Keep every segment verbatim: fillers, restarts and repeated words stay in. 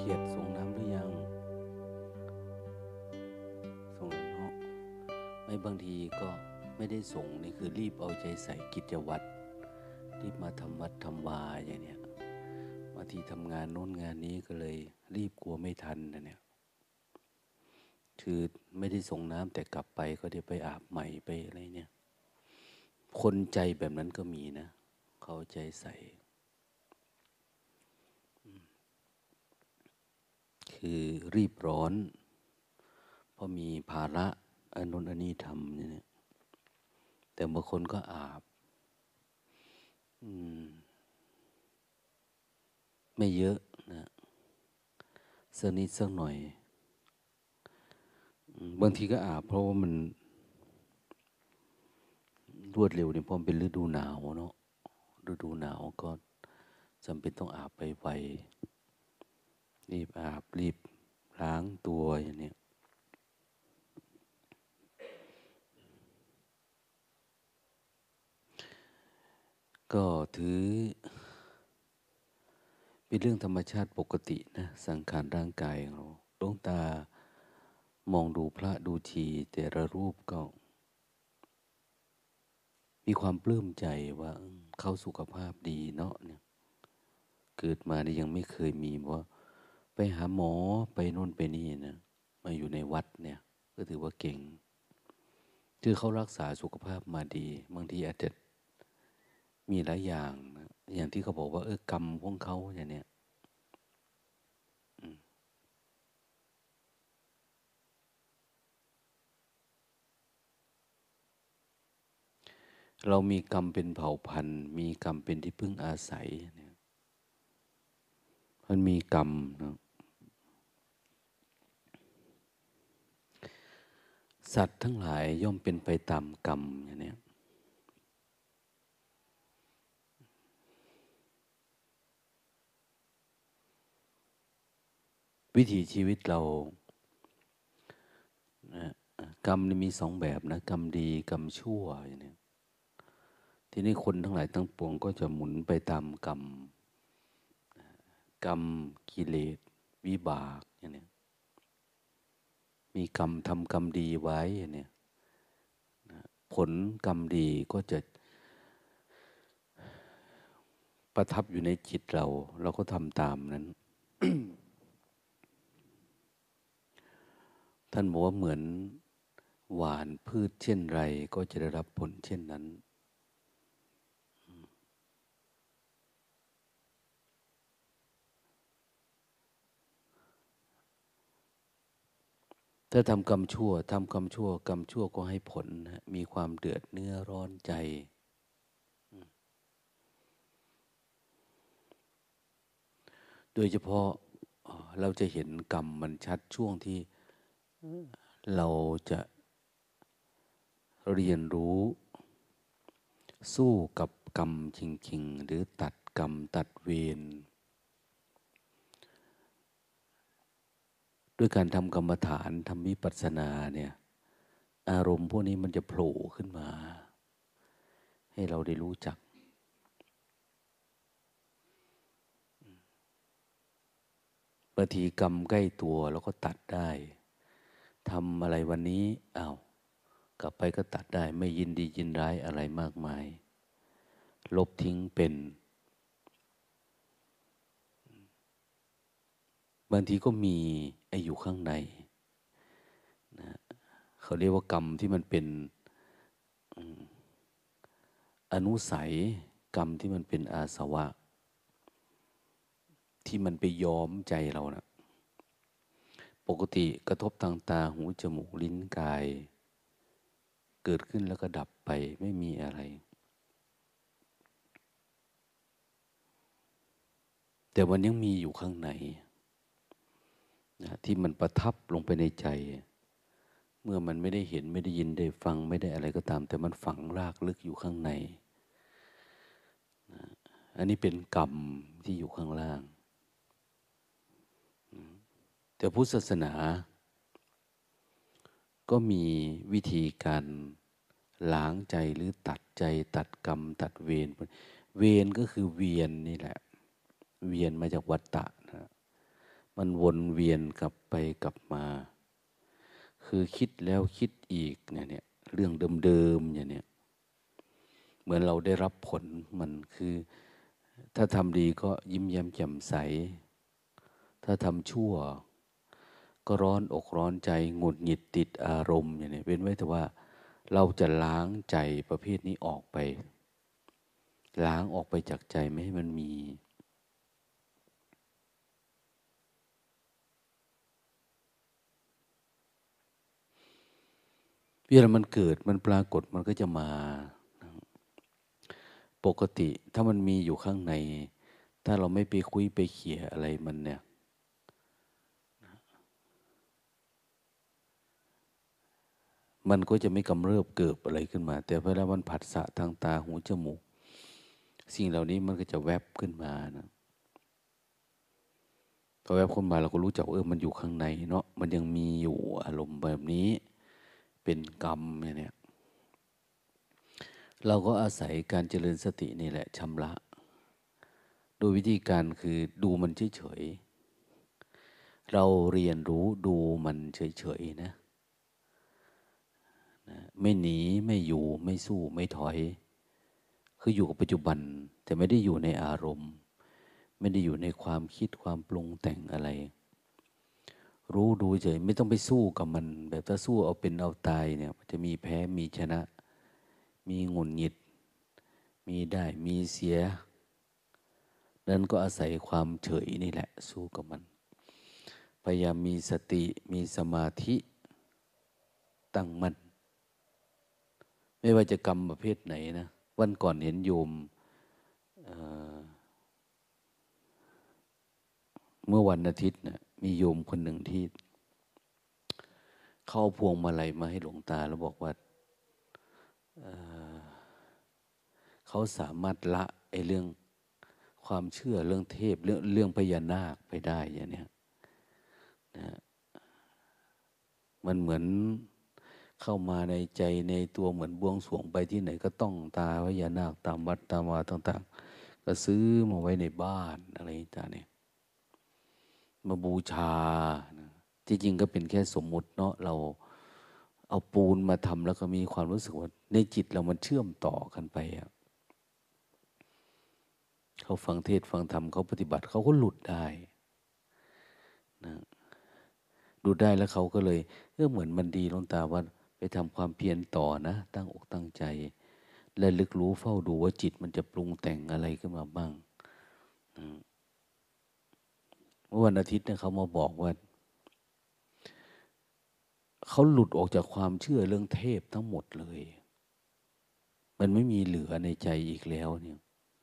ขียดส่งน้ำหรือยังส่งแล้วเนาะไม่บางทีก็ไม่ได้ส่งนี่คือรีบเอาใจใส่กิจวัตรรีบมาทำวัดทำวาอย่างเนี้ยบางทีทำงานโน้นงานนี้ก็เลยรีบกลัวไม่ทันนะเนี่ยคือไม่ได้ส่งน้ำแต่กลับไปก็ได้ไปอาบใหม่ไปอะไรเนี่ยคนใจแบบนั้นก็มีนะเขาใจใส่คือรีบร้อนเพราะมีภาระอันนู้นอันนี้ทำเนี่ยแต่บางคนก็อาบไม่เยอะนะสักนิดสักหน่อยบางทีก็อาบเพราะว่ามันรวดเร็วเนี่ยเพราะมันเป็นฤดูหนาวเนาะฤดูหนาวก็จำเป็นต้องอาบไปไวรีบอาบรีบล้างตัวอย่างนี้ก็ถือเป็นเรื่องธรรมชาติปกตินะสังขารร่างกายของเราดวงตามองดูพระดูทีแต่ละรูปก็มีความปลื้มใจว่าเขาสุขภาพดีเนาะเนี่ยเกิดมานี่ยังไม่เคยมีว่าไปหาหมอไปโน่นไปนี่นะมาอยู่ในวัดเนี่ยก็ถือว่าเก่งคือเขารักษาสุขภาพมาดีบางทีอาจจะมีหลายอย่างนะอย่างที่เขาบอกว่าเออกรรมของเขาอย่างเนี้ยเรามีกรรมเป็นเผ่าพันธุ์มีกรรมเป็นที่พึ่งอาศัยเนี่ยมันมีกรรมนะสัตว์ทั้งหลายย่อมเป็นไปตามกรรมอย่างนี้วิถีชีวิตเรานะกรรมมีสองแบบนะกรรมดีกรรมชั่วอย่างนี้ทีนี้คนทั้งหลายทั้งปวงก็จะหมุนไปตามกรรมกรรมกิเลสวิบากอย่างนี้มีกรรมทำกรรมดีไว้อย่างนี้ผลกรรมดีก็จะประทับอยู่ในจิตเราเราก็ทำตามนั้น ท่านบอกว่าเหมือนหวานพืชเช่นไรก็จะได้รับผลเช่นนั้นถ้าทำกรรมชั่วทำกรรมชั่วกรรมชั่วก็ให้ผลนะมีความเดือดเนื้อร้อนใจโดยเฉพาะเราจะเห็นกรรมมันชัดช่วงที่เราจะเรียนรู้สู้กับกรรมจริงๆหรือตัดกรรมตัดเวรด้วยการทำกรรมฐานทำวิปัสสนาเนี่ยอารมณ์พวกนี้มันจะโผล่ขึ้นมาให้เราได้รู้จักบางทีกรรมใกล้ตัวแล้วก็ตัดได้ทำอะไรวันนี้อ้าวกลับไปก็ตัดได้ไม่ยินดียินร้ายอะไรมากมายลบทิ้งเป็นบางทีก็มีไอ้อยู่ข้างในนะเขาเรียกว่ากรรมที่มันเป็นอนุสัยกรรมที่มันเป็นอาสวะที่มันไปย้อมใจเรานะปกติกระทบทางตาหูจมูกลิ้นกายเกิดขึ้นแล้วก็ดับไปไม่มีอะไรแต่มันยังมีอยู่ข้างในนะที่มันประทับลงไปในใจเมื่อมันไม่ได้เห็นไม่ได้ยินได้ฟังไม่ได้อะไรก็ตามแต่มันฝังรากลึกอยู่ข้างในนะอันนี้เป็นกรรมที่อยู่ข้างล่างแต่พุทธศาสนาก็มีวิธีการล้างใจหรือตัดใจตัดกรรมตัดเวรเวรก็คือเวียนนี่แหละเวียนมาจากวัฏฏะนะมันวนเวียนกลับไปกลับมา คือคิดแล้วคิดอีกเนี่ยเนี่ยเรื่องเดิมๆอย่างเนี้ยเหมือนเราได้รับผลมันคือถ้าทำดีก็ยิ้มแย้มแจ่มใสถ้าทำชั่วก็ร้อนอกร้อนใจหงุดหงิดติดอารมณ์อย่างนี้เว้นไว้แต่ว่าเราจะล้างใจประเภทนี้ออกไปล้างออกไปจากใจไม่ให้มันมีเวลามันเกิดมันปรากฏมันก็จะมาปกติถ้ามันมีอยู่ข้างในถ้าเราไม่ไปคุยไปเขี่ยอะไรมันเนี่ยมันก็จะไม่กำเริบเกิดอะไรขึ้นมาแต่เวลามันผัสสะทางตาหูจมูกสิ่งเหล่านี้มันก็จะแวบขึ้นมานะพอแวบขึ้นมาเราก็รู้จักเออมันอยู่ข้างในเนาะมันยังมีอยู่อารมณ์แบบนี้เป็นกรรมเนี่ยเราก็อาศัยการเจริญสตินี่แหละชำระโดยวิธีการคือดูมันเฉยๆเราเรียนรู้ดูมันเฉยๆนะนะไม่หนีไม่อยู่ไม่สู้ไม่ถอยคืออยู่กับปัจจุบันแต่ไม่ได้อยู่ในอารมณ์ไม่ได้อยู่ในความคิดความปรุงแต่งอะไรรู้ดูเฉยไม่ต้องไปสู้กับมันแบบถ้าสู้เอาเป็นเอาตายเนี่ยมันจะมีแพ้มีชนะมีหงุดหงิดมีได้มีเสียนั้นก็อาศัยความเฉยนี่แหละสู้กับมันพยายามมีสติมีสมาธิตั้งมั่นไม่ว่าจะกรรมประเภทไหนนะวันก่อนเห็นโยมเเมื่อวันอาทิตย์นะมีโยมคนหนึ่งที่เข้าพวงมาลัยมาให้หลวงตาแล้วบอกว่าเเขาสามารถละไอ้เรื่องความเชื่อเรื่องเทพเรื่องเรื่องพญานาคไปได้อย่างเนี้ยนะมันเหมือนเข้ามาในใจในตัวเหมือนบวงสรวงไปที่ไหนก็ต้องตาพญานาคตามวัดตามวาต่างๆก็ซื้อมาไว้ในบ้านอะไรต่างเนี่ยมาบูชานะที่จริงก็เป็นแค่สมมุติเนาะเราเอาปูนมาทำแล้วก็มีความรู้สึกว่าในจิตเรามันเชื่อมต่อกันไปอะเขาฟังเทศฟังธรรมเขาปฏิบัติเขาก็หลุดได้นะหลุดได้แล้วเขาก็เลยเออเหมือนมันดีหลวงตาว่าไปทำความเพียรต่อนะตั้งอกตั้งใจและลึกรู้เฝ้าดูว่าจิตมันจะปรุงแต่งอะไรขึ้นมาบ้างนะเมื่อวันอาทิตย์เนี่ยเขามาบอกว่าเขาหลุดออกจากความเชื่อเรื่องเทพทั้งหมดเลยมันไม่มีเหลือในใจอีกแล้วเนี่ย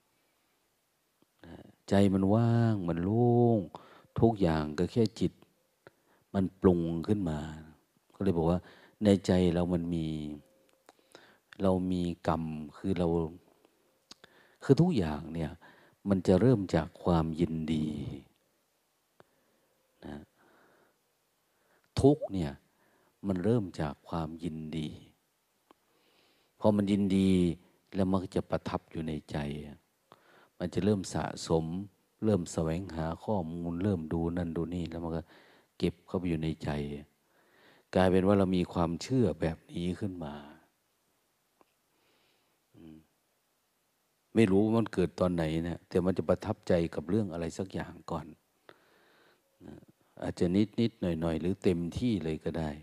ใจมันว่างมันโล่งทุกอย่างก็แค่จิตมันปรุงขึ้นมาก็เลยบอกว่าในใจเรามันมีเรามีกรรมคือเราคือทุกอย่างเนี่ยมันจะเริ่มจากความยินดีนะทุกเนี่ยมันเริ่มจากความยินดีพอมันยินดีแล้วมันก็จะประทับอยู่ในใจมันจะเริ่มสะสมเริ่มแสวงหาข้อมูลเริ่มดูนั่นดูนี่แล้วมันก็เก็บเข้าไปอยู่ในใจกลายเป็นว่าเรามีความเชื่อแบบนี้ขึ้นมาไม่รู้ว่ามันเกิดตอนไหนนะแต่มันจะประทับใจกับเรื่องอะไรสักอย่างก่อนนะอาจจะนิดนิดหน่อยหน่อยหรือเต็มที่เลยก็ได้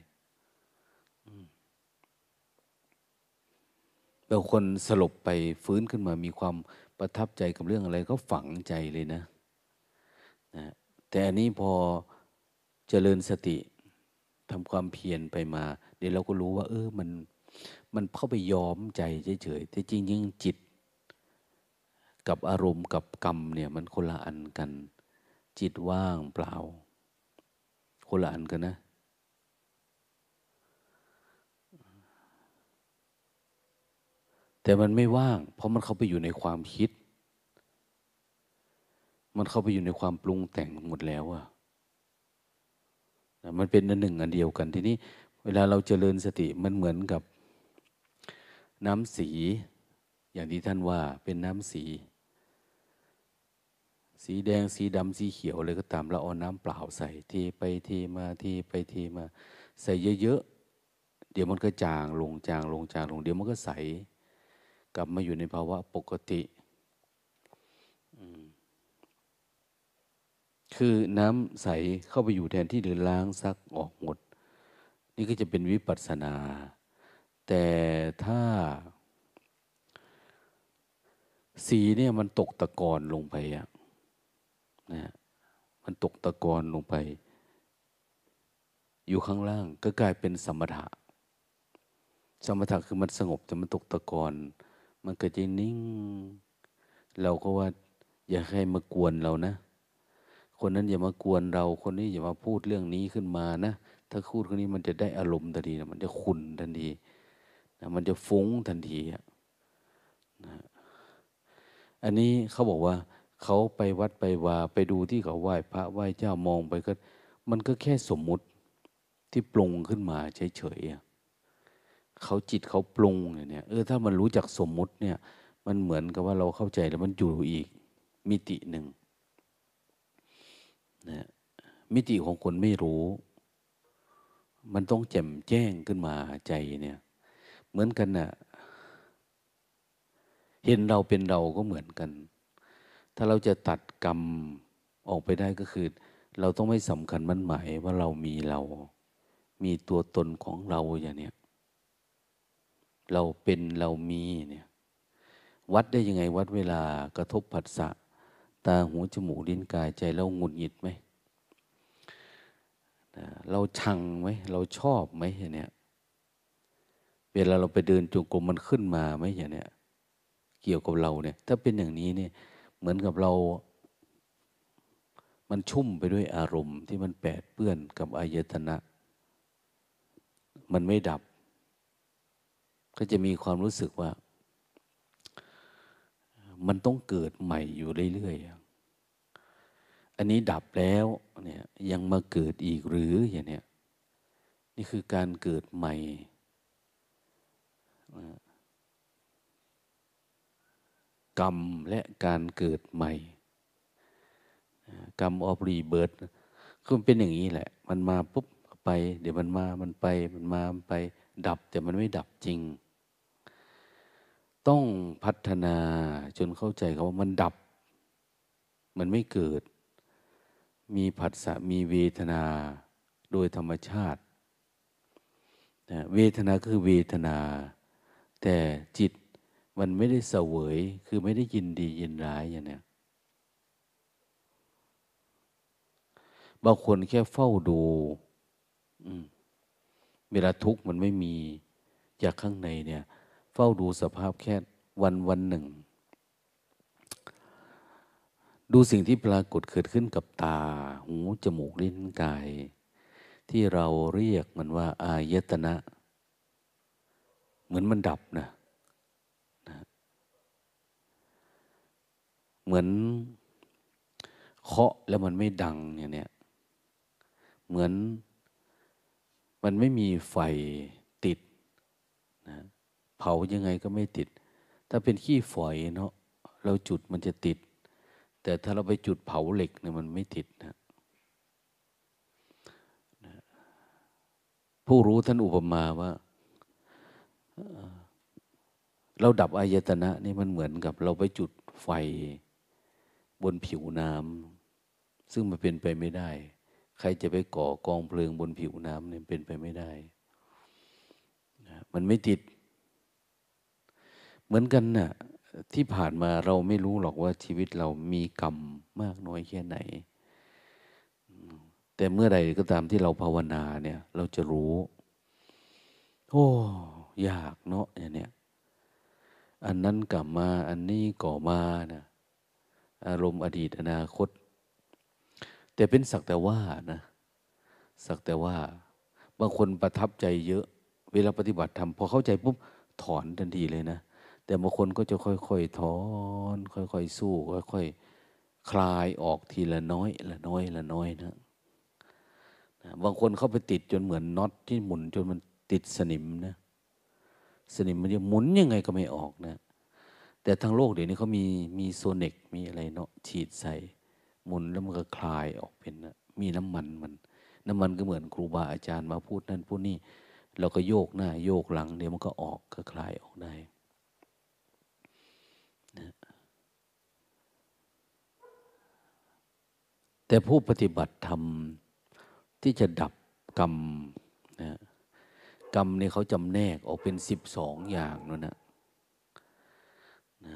บางคนสลบไปฟื้นขึ้นมามีความประทับใจกับเรื่องอะไรก็ฝังใจเลยนะนะแต่อันนี้พอเจริญสติทำความเพียรไปมาเดี๋ยวเราก็รู้ว่าเออมันมันเข้าไปย้อมใจเฉยๆแต่จริงๆจิตกับอารมณ์กับกรรมเนี่ยมันคนละอันกันจิตว่างเปล่าคนละอันกันนะแต่มันไม่ว่างเพราะมันเข้าไปอยู่ในความคิดมันเข้าไปอยู่ในความปรุงแต่งหมดแล้วอะมันเป็นอันหนึ่งอันเดียวกันทีนี้เวลาเราเจริญสติมันเหมือนกับน้ำสีอย่างที่ท่านว่าเป็นน้ำสีสีแดงสีดำสีเขียวเลยก็ตามเราเอาน้ำเปล่าใส่เทไปเทมาเทไปเทมาใส่เยอะๆเดี๋ยวมันก็จางลงจางลงจางลงเดี๋ยวมันก็ใสกลับมาอยู่ในภาวะปกติคือน้ำใสเข้าไปอยู่แทนที่หรือล้างซักออกหมดนี่ก็จะเป็นวิปัสสนา แต่ถ้าสีเนี่ยมันตกตะกอนลงไปอะนะมันตกตะกอนลงไปอยู่ข้างล่างก็กลายเป็นสมถะสมถะคือมันสงบแต่มันตกตะกอนมันก็จะนิ่งเราก็ว่าอย่าให้มากวนเรานะคนนั้นอย่ามากวนเราคนนี้อย่ามาพูดเรื่องนี้ขึ้นมานะถ้าพูดคนนี้มันจะได้อารมณ์ทันทีนะมันจะขุ่นทันทีนะมันจะฟุ้งทันทีนะอันนี้เขาบอกว่าเขาไปวัดไปวาไปดูที่เขาไหว้พระไหว้เจ้ามองไปก็มันก็แค่สมมุติที่ปรุงขึ้นมาเฉยๆเขาจิตเขาปรุงเนี่ยเออถ้ามันรู้จักสมมุติเนี่ยมันเหมือนกับว่าเราเข้าใจแล้วมันอยู่อีกมิติหนึ่งนะมิติของคนไม่รู้มันต้องแจ่มแจ้งขึ้นมาใจเนี่ยเหมือนกันน่ะเห็นเราเป็นเราก็เหมือนกันถ้าเราจะตัดกรรมออกไปได้ก็คือเราต้องไม่สำคัญมั่นหมายว่าเรามีเรามีตัวตนของเราอย่างเนี้ยเราเป็นเรามีเนี่ยวัดได้ยังไงวัดเวลากระทบผัสสะตาหูจมูกลิ้นกายใจเราหงุดหงิดไหมเราชังไหมเราชอบไหมอย่างเนี้ยเวลาเราไปเดินจงกรมมันขึ้นมาไหมอย่างเนี้ยเกี่ยวกับเราเนี่ยถ้าเป็นอย่างนี้เนี่ยเหมือนกับเรามันชุ่มไปด้วยอารมณ์ที่มันแปดเปื้อนกับอายตนะมันไม่ดับก็จะมีความรู้สึกว่ามันต้องเกิดใหม่อยู่เรื่อยๆอันนี้ดับแล้วเนี่ยยังมาเกิดอีกหรืออย่างเนี้ยนี่คือการเกิดใหม่กรรมและการเกิดใหม่กรรมออฟรีเบิร์ธคือมันเป็นอย่างนี้แหละมันมาปุ๊บไปเดี๋ยวมันมามันไปมันมามันไปดับแต่มันไม่ดับจริงต้องพัฒนาจนเข้าใจเขาว่ามันดับมันไม่เกิดมีผัสสะมีเวทนาโดยธรรมชาตินะเวทนาคือเวทนาแต่จิตมันไม่ได้เสวยคือไม่ได้ยินดียินร้ายอย่างเนี้ยบางคนแค่เฝ้าดูเวลาทุกข์มันไม่มีจากข้างในเนี่ยเฝ้าดูสภาพแค่วันวันหนึ่งดูสิ่งที่ปรากฏเกิดขึ้นกับตาหูจมูกลิ้นกายที่เราเรียกมันว่าอายตนะเหมือนมันดับนะนะเหมือนเคาะแล้วมันไม่ดังอย่างเนี้ยเหมือนมันไม่มีไฟติดนะเผายังไงก็ไม่ติดถ้าเป็นขี้ฝอยเนาะเราจุดมันจะติดแต่ถ้าเราไปจุดเผาเหล็กเนี่ยมันไม่ติดนะผู้รู้ท่านอุปมาว่าเราดับอายตนะนี่มันเหมือนกับเราไปจุดไฟบนผิวน้ำซึ่งมันเป็นไปไม่ได้ใครจะไปก่อกองเพลิงบนผิวน้ำเนี่ยเป็นไปไม่ได้มันไม่ติดเหมือนกันน่ะที่ผ่านมาเราไม่รู้หรอกว่าชีวิตเรามีกรรมมากน้อยแค่ไหนแต่เมื่อใดก็ตามที่เราภาวนาเนี่ยเราจะรู้โอ้ยากเนาะอย่างเนี้ยอันนั้นกลับมาอันนี้ก่อมานะอารมณ์อดีตอนาคตแต่เป็นสักแต่ว่านะสักแต่ว่าบางคนประทับใจเยอะเวลาปฏิบัติธรรมพอเข้าใจปุ๊บถอนทันทีเลยนะแต่บางคนก็จะค่อยๆถอนค่อยๆสู้ค่อยๆคลายออกทีละน้อยละน้อยละน้อยนะบางคนเข้าไปติดจนเหมือนน็อตที่หมุนจนมันติดสนิมนะสนิมมันจะหมุนยังไงก็ไม่ออกนะแต่ทางโลกเดี๋ยวนี้เขามีมีโซเน็กมีอะไรเนาะฉีดใส่หมุนแล้วมันก็คลายออกเป็นนะมีน้ำมันมันน้ำมันก็เหมือนครูบาอาจารย์มาพูดนั่นพูดนี่เราก็โยกหน้าโยกหลังเดี๋ยวมันก็ออกก็คลายออกได้นะแต่ผู้ปฏิบัติธรรมที่จะดับกรรมนะกรรมเนี่ยเขาจำแนกออกเป็นสิบสองอย่างนั่นนะนะ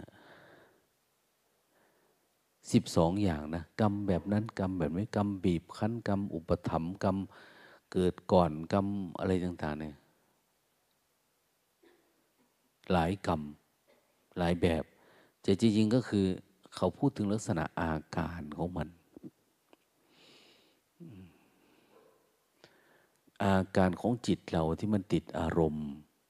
สิบสองอย่างนะกรรมแบบนั้นกรรมแบบนี้กรรมบีบคั้นกรรมอุปถัมภ์กรรมเกิดก่อนกรรมอะไรต่างๆเนี่ยหลายกรรมหลายแบบแต่จริงๆก็คือเขาพูดถึงลักษณะอาการของมันอาการของจิตเราที่มันติดอารมณ์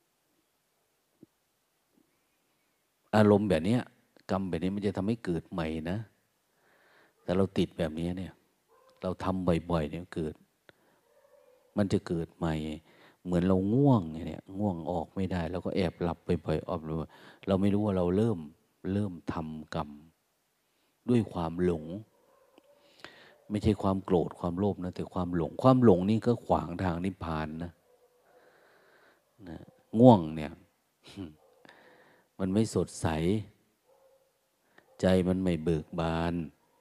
อารมณ์แบบนี้กรรมแบบนี้มันจะทำให้เกิดใหม่นะแต่เราติดแบบนี้เนี่ยเราทำบ่อยๆเนี่ยเกิดมันจะเกิดใหม่เหมือนเราง่วงเนี่ยง่วงออกไม่ได้แล้วก็แอบหลับไปบ่อยๆออบเลยเราไม่รู้ว่าเราเริ่มเริ่มทำกรรมด้วยความหลงไม่ใช่ความโกรธความโลภนะแต่ความหลงความหลงนี่ก็ขวางทางนิพพานนะนะง่วงเนี่ยมันไม่สดใสใจมันไม่เบิกบาน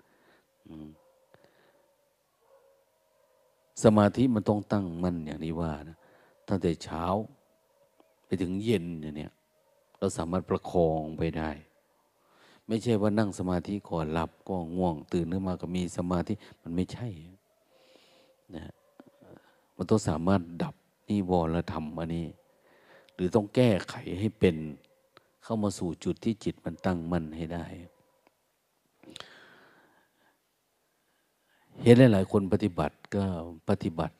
สมาธิมันต้องตั้งมั่นอย่างนี้ว่านะตั้งแต่เช้าไปถึงเย็นอย่างเนี้ยเราสามารถประคองไปได้ไม่ใช่ว่านั่งสมาธิก่อนหลับก็ง่วงตื่นขึ้นมาก็มีสมาธิมันไม่ใช่นะมันต้องสามารถดับนิวรธรรมอันนี้หรือต้องแก้ไขให้เป็นเข้ามาสู่จุดที่จิตมันตั้งมั่นให้ได้เห็นหลายๆคนปฏิบัติก็ปฏิบัติ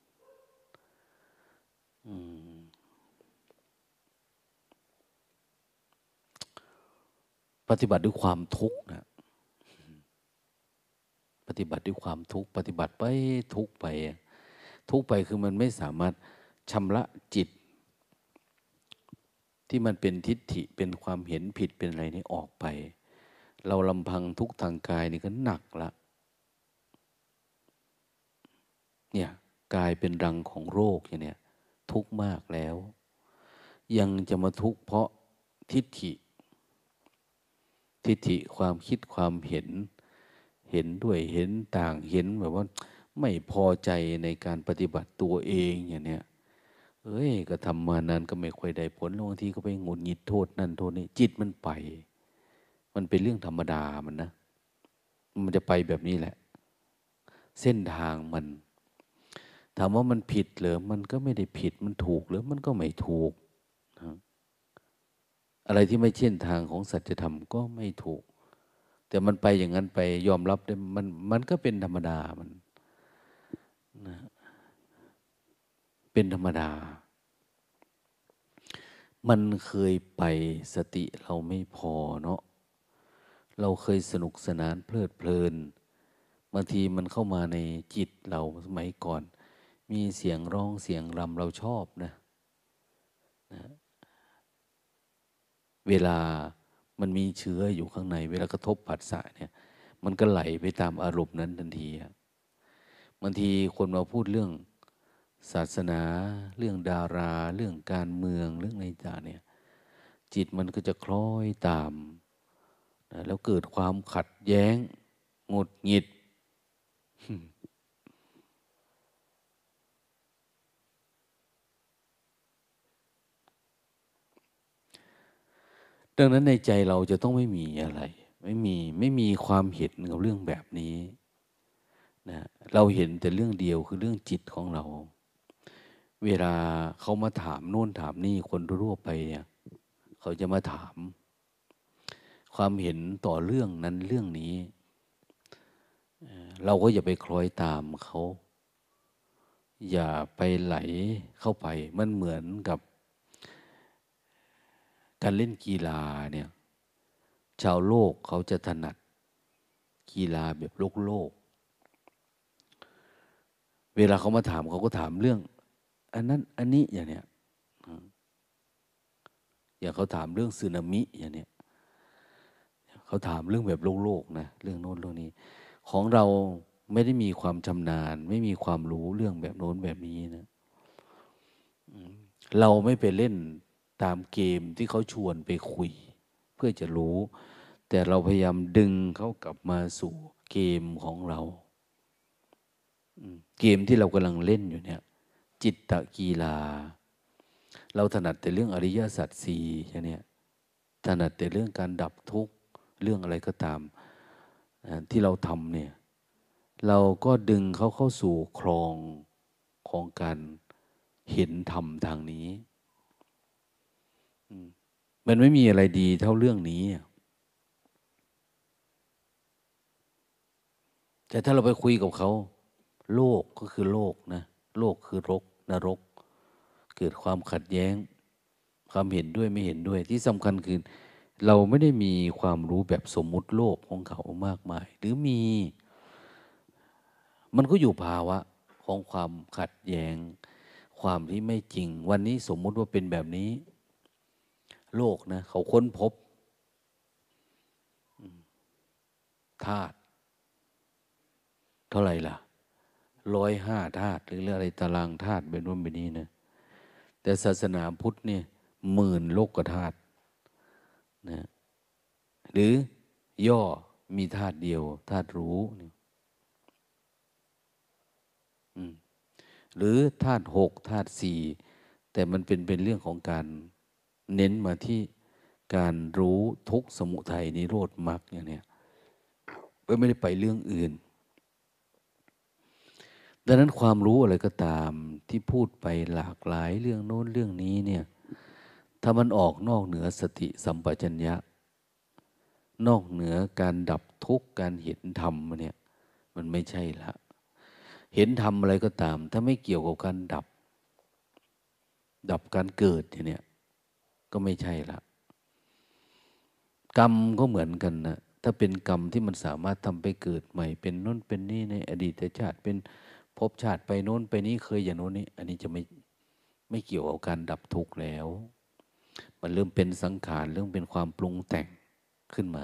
ปฏิบัติด้วยความทุกข์นะปฏิบัติด้วยความทุกข์ปฏิบัติไปทุกข์ไปทุกข์ไปคือมันไม่สามารถชำระจิตที่มันเป็นทิฏฐิเป็นความเห็นผิดเป็นอะไรนี้ออกไปเราลำพังทุกข์ทางกายนี่ก็หนักละเนี่ยกายเป็นรังของโรคอย่างเนี้ยทุกข์มากแล้วยังจะมาทุกข์เพราะทิฏฐิทิฏฐิความคิดความเห็นเห็นด้วยเห็นต่างเห็นแบบว่าไม่พอใจในการปฏิบัติตัวเองอย่างเนี้ยเอ้ยก็ทำมานานก็ไม่ค่อยได้ผลบางทีก็ไปหงุดหงิดโทษนั่นโทษนี่จิตมันไปมันเป็นเรื่องธรรมดามันนะมันจะไปแบบนี้แหละเส้นทางมันถามว่ามันผิดหรือมันก็ไม่ได้ผิดมันถูกหรือมันก็ไม่ถูกนะอะไรที่ไม่เช่นทางของสัจธรรมก็ไม่ถูกแต่มันไปอย่างนั้นไปยอมรับได้มันมันก็เป็นธรรมดามันนะเป็นธรรมดามันเคยไปสติเราไม่พอเนาะเราเคยสนุกสนานเพลิดเพลินบางทีมันเข้ามาในจิตเราสมัยก่อนมีเสียงร้องเสียงรำเราชอบนะนะเวลามันมีเชื้ออยู่ข้างในเวลากระทบผัสสะเนี่ยมันก็ไหลไปตามอารมณ์นั้นทันทีอะบางทีคนมาพูดเรื่องศาสนาเรื่องดาราเรื่องการเมืองเรื่องอะไรต่างเนี่ยจิตมันก็จะคล้อยตามนะแล้วเกิดความขัดแย้งหงุดหงิดดังนั้นในใจเราจะต้องไม่มีอะไรไม่มีไม่มีความเห็นกับเรื่องแบบนี้นะเราเห็นแต่เรื่องเดียวคือเรื่องจิตของเราเวลาเขามาถามโน่นถามนี่คนทั่วไปเนี่ยเขาจะมาถามความเห็นต่อเรื่องนั้นเรื่องนี้เราก็อย่าไปคล้อยตามเขาอย่าไปไหลเข้าไปมันเหมือนกับการเล่นกีฬาเนี่ยชาวโลกเขาจะถนัดกีฬาแบบโลกโลกเวลาเขามาถามเขาก็ถามเรื่องอันนั้นอันนี้อย่างเนี้ยอย่างเขาถามเรื่องสึนามิอย่างเนี้ยเขาถามเรื่องแบบโลกโลกนะเรื่องโน้นเรื่องนี้ของเราไม่ได้มีความชำนาญไม่มีความรู้เรื่องแบบโน้นแบบนี้นะเราไม่ไปเล่นตามเกมที่เขาชวนไปคุยเพื่อจะรู้แต่เราพยายามดึงเขากลับมาสู่เกมของเราเกมที่เรากำลังเล่นอยู่เนี่ยจิตตกีฬาเราถนัดแต่เรื่องอริยสัจสี่ใช่เนี่ยถนัดแต่เรื่องการดับทุกข์เรื่องอะไรก็ตามที่เราทำเนี่ยเราก็ดึงเขาเข้าสู่คลองของการเห็นธรรมทางนี้มันไม่มีอะไรดีเท่าเรื่องนี้แต่ถ้าเราไปคุยกับเขาโลกก็คือโลกนะโลกคือรกนรกเกิดความขัดแย้งความเห็นด้วยไม่เห็นด้วยที่สำคัญคือเราไม่ได้มีความรู้แบบสมมุติโลกของเขามากมายหรือมีมันก็อยู่ภาวะของความขัดแย้งความที่ไม่จริงวันนี้สมมุติว่าเป็นแบบนี้โลกนะเขาค้นพบธาตุเท่าไหร่ล่ะร้อยห้าธาตุหรืออะไรตารางธาตุเป็นนู่นเป็นนี้นะแต่ศาสนาพุทธเนี่ยหมื่นโลกธาตุนะหรือย่อมีธาตุเดียวธาตุรู้เนี่ยหรือธาตุหกธาตุสี่แต่มันเป็นเป็นเรื่องของการเน้นมาที่การรู้ทุกข์สมุทัยนิโรธมรรคอย่างเนี้ยไม่ได้ไปเรื่องอื่นดังนั้นความรู้อะไรก็ตามที่พูดไปหลากหลายเรื่องโน้นเรื่องนี้เนี่ยถ้ามันออกนอกเหนือสติสัมปชัญญะนอกเหนือการดับทุกข์การเห็นธรรมเนี่ยมันไม่ใช่ละเห็นธรรมอะไรก็ตามถ้าไม่เกี่ยวกับการดับดับการเกิดเนี่ยก็ไม่ใช่ละกรรมก็เหมือนกันนะถ้าเป็นกรรมที่มันสามารถทำไปเกิดใหม่เป็นโน้นเป็นนี่ในอดีตชาติเป็นภพชาติไปโน้นไปนี้เคยอย่างโน้นนี่อันนี้จะไม่ไม่เกี่ยวกับการดับทุกข์แล้วมันเริ่มเป็นสังขารเริ่มเป็นความปรุงแต่งขึ้นมา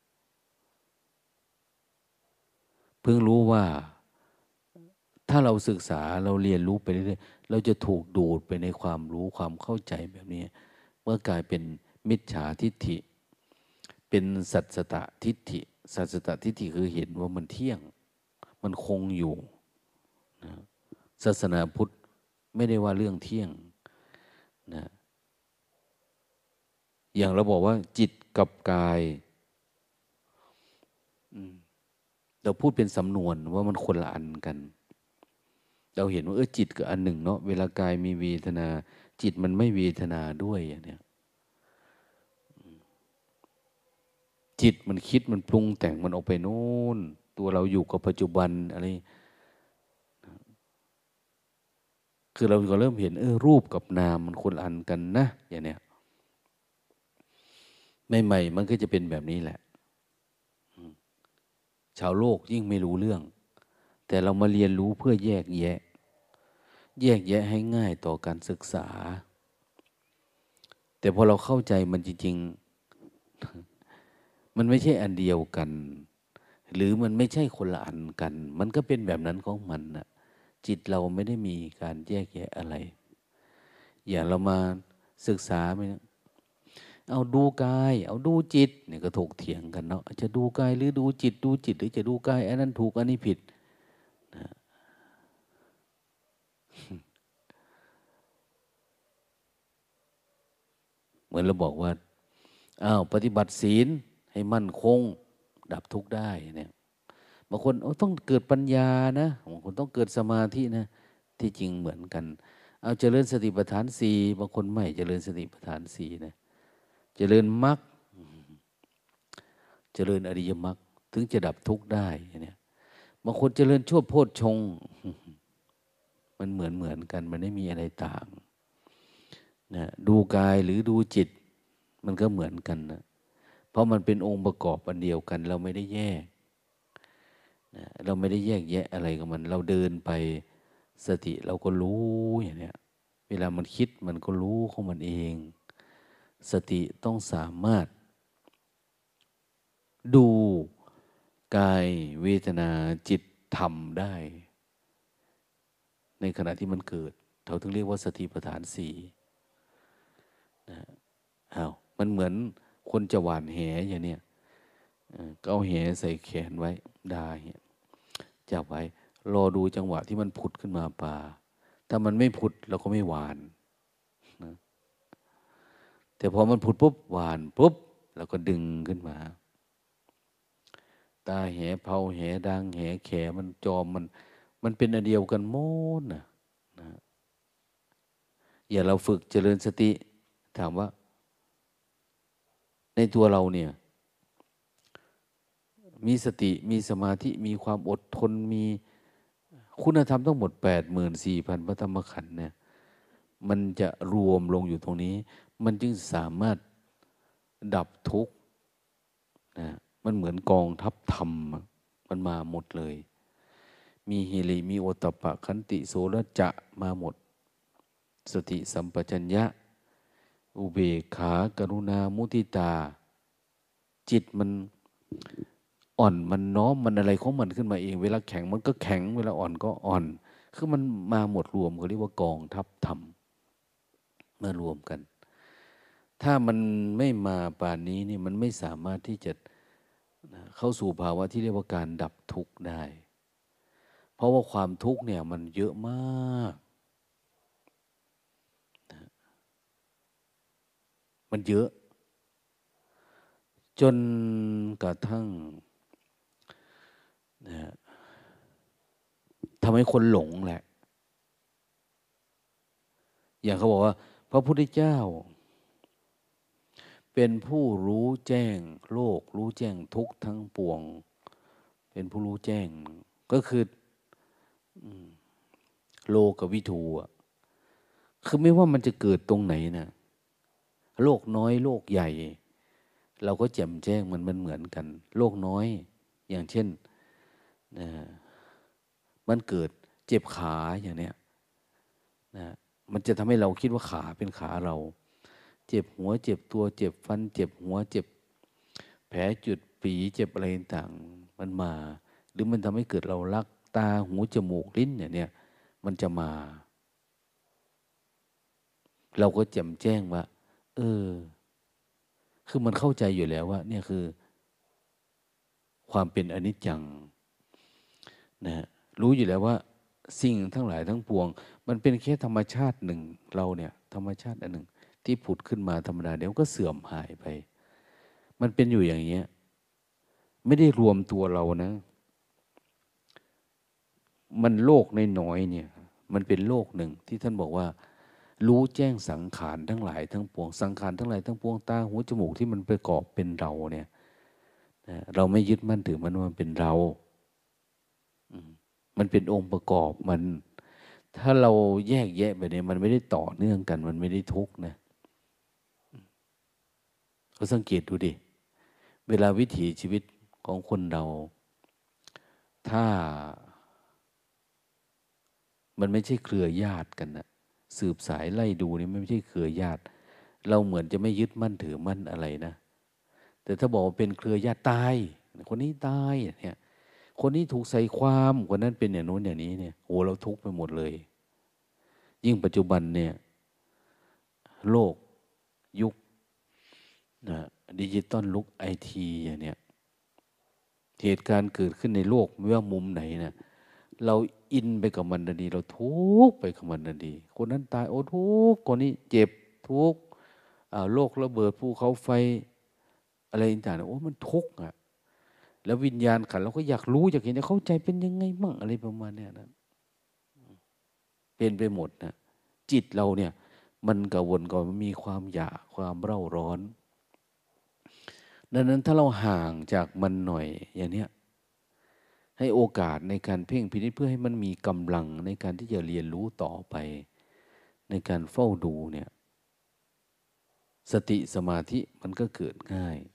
เพิ่งรู้ว่าถ้าเราศึกษาเราเรียนรู้ไปเรื่อยๆเราจะถูกดูดไปในความรู้ความเข้าใจแบบนี้เมื่อกลายเป็นมิจฉาทิฏฐิเป็นสัจตทิฏฐิสัจตทิฏฐิคือเห็นว่ามันเที่ยงมันคงอยู่นะศาสนาพุทธไม่ได้ว่าเรื่องเที่ยงนะอย่างเราบอกว่าจิตกับกายเราพูดเป็นสำนวนว่ามันคนละอันกันเราเห็นว่าเออจิตกับอันหนึ่งเนาะเวลากายมีเวทนาจิตมันไม่เวทนาด้วยอย่างเนี้ยจิตมันคิดมันปรุงแต่งมันออกไปโน่นตัวเราอยู่กับปัจจุบันอะไรคือเราก็เริ่มเห็นเออรูปกับนามมันคนละอันกันนะอย่างเนี้ยใหม่ๆมันก็จะเป็นแบบนี้แหละชาวโลกยิ่งไม่รู้เรื่องแต่เรามาเรียนรู้เพื่อแยกแยะแยกแยะให้ง่ายต่อการศึกษาแต่พอเราเข้าใจมันจริงๆมันไม่ใช่อันเดียวกันหรือมันไม่ใช่คนละอันกันมันก็เป็นแบบนั้นของมันนะจิตเราไม่ได้มีการแยกแยะอะไรอย่างเรามาศึกษาไปเอาดูกายเอาดูจิตเนี่ยก็ถกเถียงกันเนาะจะดูกายหรือดูจิตดูจิตหรือจะดูกายอันนั้นถูกอันนี้ผิดนะเหมือนเราบอกว่าอ้าวปฏิบัติศีลให้มั่นคงดับทุกข์ได้เนี่ยบางคนต้องเกิดปัญญานะบางคนต้องเกิดสมาธินะที่จริงเหมือนกันเอาเจริญสติปัฏฐานสี่บางคนไม่เจริญสติปัฏฐานสี่นะเจริญมรรคเจริญอริยมรรคถึงจะดับทุกข์ได้เนี่ยบางคนเจริญโชติโพชฌงค์มันเหมือนเหมือนกันมันไม่มีอะไรต่างนะดูกายหรือดูจิตมันก็เหมือนกันนะเพราะมันเป็นองค์ประกอบอันเดียวกันเราไม่ได้แยกนะเราไม่ได้แยกแยะอะไรกับมันเราเดินไปสติเราก็รู้อย่างเนี้ยเวลามันคิดมันก็รู้ของมันเองสติต้องสามารถดูกายเวทนาจิตธรรมได้ในขณะที่มันเกิดเขาถึงเรียกว่าสติปัฏฐานสี่นะอ้าวมันเหมือนคนจะหว่านแหอย่างเนี้ยก็เอาแหใส่แขนไว้ได้จับไว้รอดูจังหวะที่มันผุดขึ้นมาปลาถ้ามันไม่ผุดเราก็ไม่หวานนะแต่พอมันผุดปุ๊บหวานปุ๊บเราก็ดึงขึ้นมาตาแหเผาแหดังแหแขมันจอมมันมันเป็นอันเดียวกันหมดนะนะอย่าเราฝึกเจริญสติถามว่าในตัวเราเนี่ยมีสติมีสมาธิมีความอดทนมีคุณธรรมทั้งหมดแปดหมื่นสี่พันพระธรรมขันธ์เนี่ยมันจะรวมลงอยู่ตรงนี้มันจึงสามารถดับทุกข์นะมันเหมือนกองทัพธรรมมันมาหมดเลยมีฮิริมีโอตตัปปะขันติโสรจะมาหมดสติสัมปชัญญะอุเบกขากรุณามุทิตาจิตมันอ่อนมันน้อมมันอะไรของมันขึ้นมาเองเวลาแข็งมันก็แข็งเวลาอ่อนก็อ่อนคือมันมาหมดรวมเขาเรียกว่ากองทัพธรรมมารวมกันถ้ามันไม่มาป่านนี้นี่มันไม่สามารถที่จะเข้าสู่ภาวะที่เรียกว่าการดับทุกข์ได้เพราะว่าความทุกข์เนี่ยมันเยอะมากมันเยอะจนกระทั่งนะทำให้คนหลงแหละอย่างเขาบอกว่าพระพุทธเจ้าเป็นผู้รู้แจ้งโลกรู้แจ้งทุกข์ทั้งปวงเป็นผู้รู้แจ้งก็คือโลกวิทูอ่ะคือไม่ว่ามันจะเกิดตรงไหนนะโลกน้อยโลกใหญ่เราก็แจ่มแจ้งมันมันเหมือนกันโลกน้อยอย่างเช่นนะมันเกิดเจ็บขาอย่างเนี้ยนะมันจะทำให้เราคิดว่าขาเป็นขาเราเจ็บหัวเจ็บตัวเจ็บฟันเจ็บหัวเจ็บแผลจุดปีเจ็บอะไรต่างมันมาหรือมันทำให้เกิดเรารักตาหูจมูกลิ้นอย่างเนี้ยมันจะมาเราก็แจ่มแจ้งว่าเออคือมันเข้าใจอยู่แล้วว่าเนี่ยคือความเป็นอนิจจังนะรู้อยู่แล้วว่าสิ่งทั้งหลายทั้งปวงมันเป็นแค่ธรรมชาติหนึ่งเราเนี่ยธรรมชาติอันหนึ่งที่ผุดขึ้นมาธรรมดาเดี๋ยวก็เสื่อมหายไปมันเป็นอยู่อย่างเงี้ยไม่ได้รวมตัวเรานะมันโลกน้อยๆเนี่ยมันเป็นโลกหนึ่งที่ท่านบอกว่ารู้แจ้งสังขารทั้งหลายทั้งปวงสังขารทั้งหลายทั้งปวงตาหูจมูกที่มันประกอบเป็นเราเนี่ยนะเราไม่ยึดมั่นถือมันว่ามันเป็นเรามันเป็นองค์ประกอบมันถ้าเราแยกแยะไปเนี่ยมันไม่ได้ต่อเนื่องกันมันไม่ได้ทุกข์นะก็สังเกตดูดิเวลาวิถีชีวิตของคนเราถ้ามันไม่ใช่เครือญาติกันนะสืบสายไล่ดูนี่ไม่ใช่เครือญาติเราเหมือนจะไม่ยึดมั่นถือมั่นอะไรนะแต่ถ้าบอกว่าเป็นเครือญาติตายคนนี้ตายเนี่ยคนนี้ถูกใส่ความคนนั้นเป็นอย่างโน้นอย่างนี้เนี่ยโอ้เราทุกข์ไปหมดเลยยิ่งปัจจุบันเนี่ยโลกยุคนะดิจิตอลลุกไอทีอย่างเนี้ยเหตุการณ์เกิดขึ้นในโลกไม่ว่ามุมไหนนะเราอินไปกับมันทันทีเราทุกข์ไปกับมันทันทีคนนั้นตายโอ้ทุกข์คนนี้เจ็บทุกข์อ่าโลกระเบิดภูเขาไฟอะไรต่างๆโอ้มันทุกข์อ่ะแล้ววิญญาณขันเราก็อยากรู้อยากเห็นอยากเข้าใจเป็นยังไงมั่งอะไรประมาณเนี้ยนะเป็นไปหมดนะจิตเราเนี่ยมันกระวนกระวายมีความอยากความเร่าร้อนดังนั้นถ้าเราห่างจากมันหน่อยอย่างเนี้ยให้โอกาสในการเพ่งพินิจเพื่อให้มันมีกำลังในการที่จะเรียนรู้ต่อไปในการเฝ้าดูเนี่ยสติสมาธิมันก็เกิดง่าย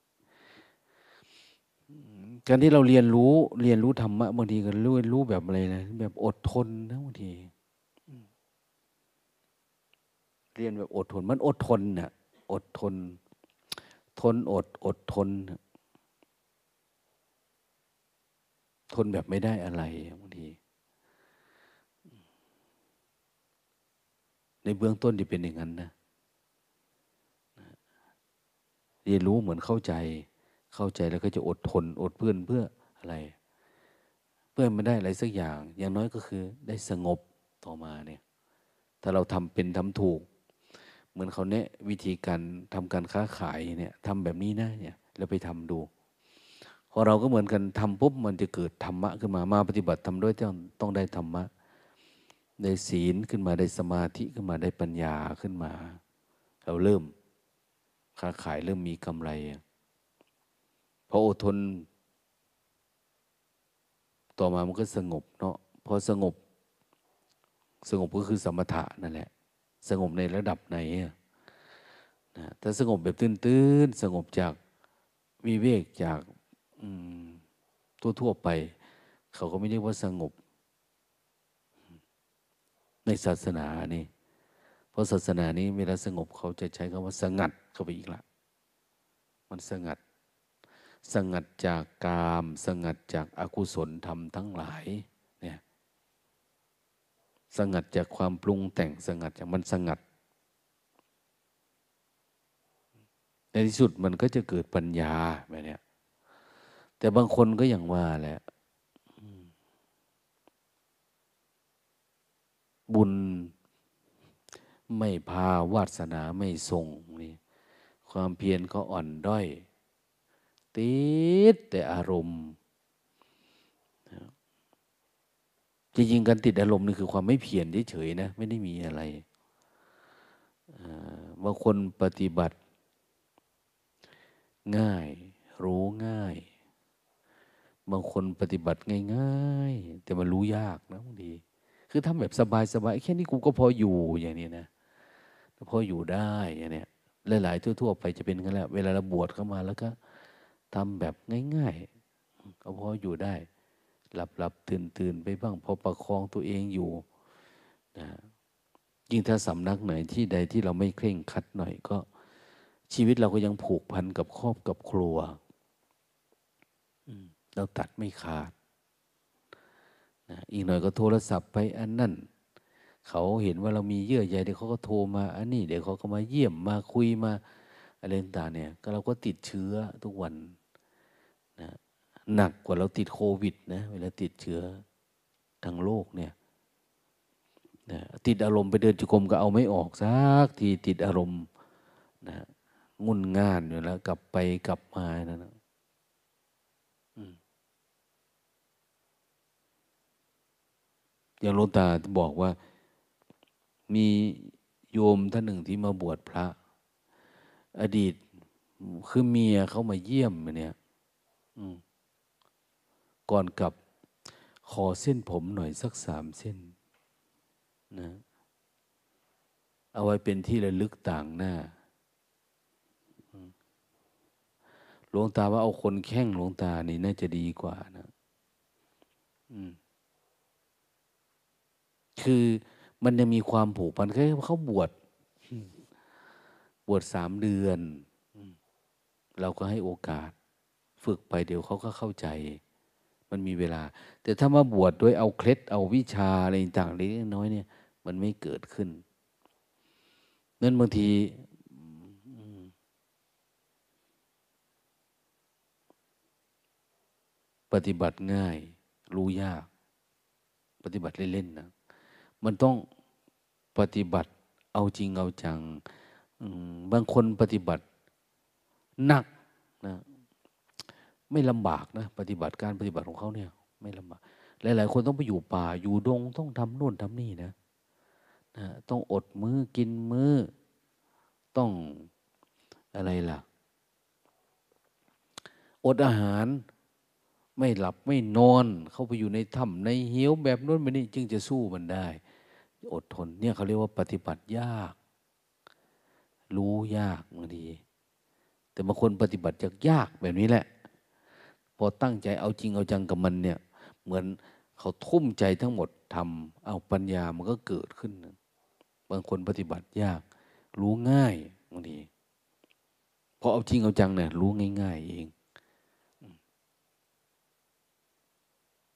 การที่เราเรียนรู้เรียนรู้ธรรมะบางทีก็รู้รู้แบบอะไรนะแบบอดทนนะบางทีเรียนแบบอดทนมันอดทนน่ะอดทนทนอดอดทนทนแบบไม่ได้อะไรบางทีในเบื้องต้นจะเป็นอย่างนั้นนะเรียนรู้เหมือนเข้าใจเข้าใจแล้วก็จะอดทนอดเพื่อนเพื่ออะไรเพื่อไม่ได้อะไรสักอย่างอย่างน้อยก็คือได้สงบต่อมาเนี่ยถ้าเราทำเป็นทำถูกเหมือนเขาแนะวิธีการทำการค้าขายเนี่ยทำแบบนี้นะเนี่ยแล้วไปทำดูพอเราก็เหมือนกันทำปุ๊บมันจะเกิดธรรมะขึ้นมามาปฏิบัติทำด้วยต้องต้องได้ธรรมะได้ศีลขึ้นมาได้สมาธิขึ้นมาได้ปัญญาขึ้นมาเราเริ่มค้าขายเริ่มมีกำไรพออดทนต่อมามันก็สงบเนาะพอสงบสงบก็คือสมถะนั่นแหละสงบในระดับไหนอะนะถ้าสงบแบบตื้นๆสงบจากวิเวกจากอืมทั่วๆไปเขาก็ไม่เรียกว่าสงบในศาสนานี่เพราะศาสนานี้เวลาสงบเขาจะใช้คำว่าสงัดเข้าไปอีกละมันสงัดสงัดจากกามสงัดจากอากุศลธรรมทั้งหลายเนี่ยสงัดจากความปรุงแต่งสงัดจากมันสงัดในที่สุดมันก็จะเกิดปัญญาแบบเนี้ยแต่บางคนก็อย่างว่าแหละบุญไม่พาวาสนาไม่ส่งนี่ความเพียรก็อ่อนด้อยติดแต่อารมณ์จริงๆการติดอารมณ์นี่คือความไม่เพียรเฉยๆนะไม่ได้มีอะไรบางคนปฏิบัติง่ายรู้ง่ายบางคนปฏิบัติง่ายๆแต่มันรู้ยากนะบางทีคือทำแบบสบายๆแค่นี้กูก็พออยู่อย่างนี้นะพออยู่ได้อย่างเนี้ยหลายๆทั่วๆไปจะเป็นกันแหละเวลาเราบวชเข้ามาแล้วก็ทำแบบง่ายๆก็พออยู่ได้หลับหลับตื่นตื่นไปบ้างพอประคองตัวเองอยู่นะยิ่งถ้าสำนักไหนที่ใดที่เราไม่เคร่งครัดหน่อยก็ชีวิตเราก็ยังผูกพันกับครอบกับครัวเราตัดไม่ขาดนะอีกหน่อยก็โทรศัพท์ไปอันนั่นเขาเห็นว่าเรามีเยื่อใยเดี๋ยวเขาก็โทรมาอันนี้เดี๋ยวเขาก็มาเยี่ยมมาคุยมาอะไรต่างๆเนี่ยก็เราก็ติดเชื้อทุกวันนะหนักกว่าเราติดโควิดนะเวลาติดเชื้อทางโลกเนี่ยนะติดอารมณ์ไปเดินจุกรมก็เอาไม่ออกสักทีติดอารมณ์นะงุนง่านอยู่แล้วกลับไปกลับมานั่นนะอืมอย่างหลวงตาบอกว่ามีโยมท่านหนึ่งที่มาบวชพระอดีตคือเมียเขามาเยี่ยมเนี่ยอืมก่อนกลับขอเส้นผมหน่อยสักสามเส้นนะเอาไว้เป็นที่ระลึกต่างหน้าหลวงตาว่าเอาคนแข้งหลวงตานี่น่าจะดีกว่านะอืมคือมันยังมีความผูกพันแค่เขาบวชบวชสามเดือนเราก็ให้โอกาสฝึกไปเดี๋ยวเขาก็เข้าใจมันมีเวลาแต่ถ้ามาบวชโดยเอาเคล็ดเอาวิชาอะไรต่างๆเล็กน้อยเนี่ยมันไม่เกิดขึ้นนั่นบางทีปฏิบัติง่ายรู้ยากปฏิบัติเล่นๆนะมันต้องปฏิบัติเอาจริงเอาจังบางคนปฏิบัติหนักนะไม่ลำบากนะปฏิบัติการปฏิบัติของเขาเนี่ยไม่ลำบากหลายๆคนต้องไปอยู่ป่าอยู่ดงต้องทำโน่นทำนี่นะนะต้องอดมื้อกินมื้อต้องอะไรล่ะอดอาหารไม่หลับไม่นอนเข้าไปอยู่ในถ้ำในเหวแบบโน้นแบบนี้จึงจะสู้มันได้อดทนเนี่ยเขาเรียกว่าปฏิบัติยากรู้ยากบางทีแต่บางคนปฏิบัติจากยากแบบนี้แหละพอตั้งใจเอาจริงเอาจังกับมันเนี่ยเหมือนเขาทุ่มใจทั้งหมดทำเอาปัญญามันก็เกิดขึ้นบางคนปฏิบัติยากรู้ง่ายบางทีพอเอาจริงเอาจังเนี่ยรู้ง่ายๆเอง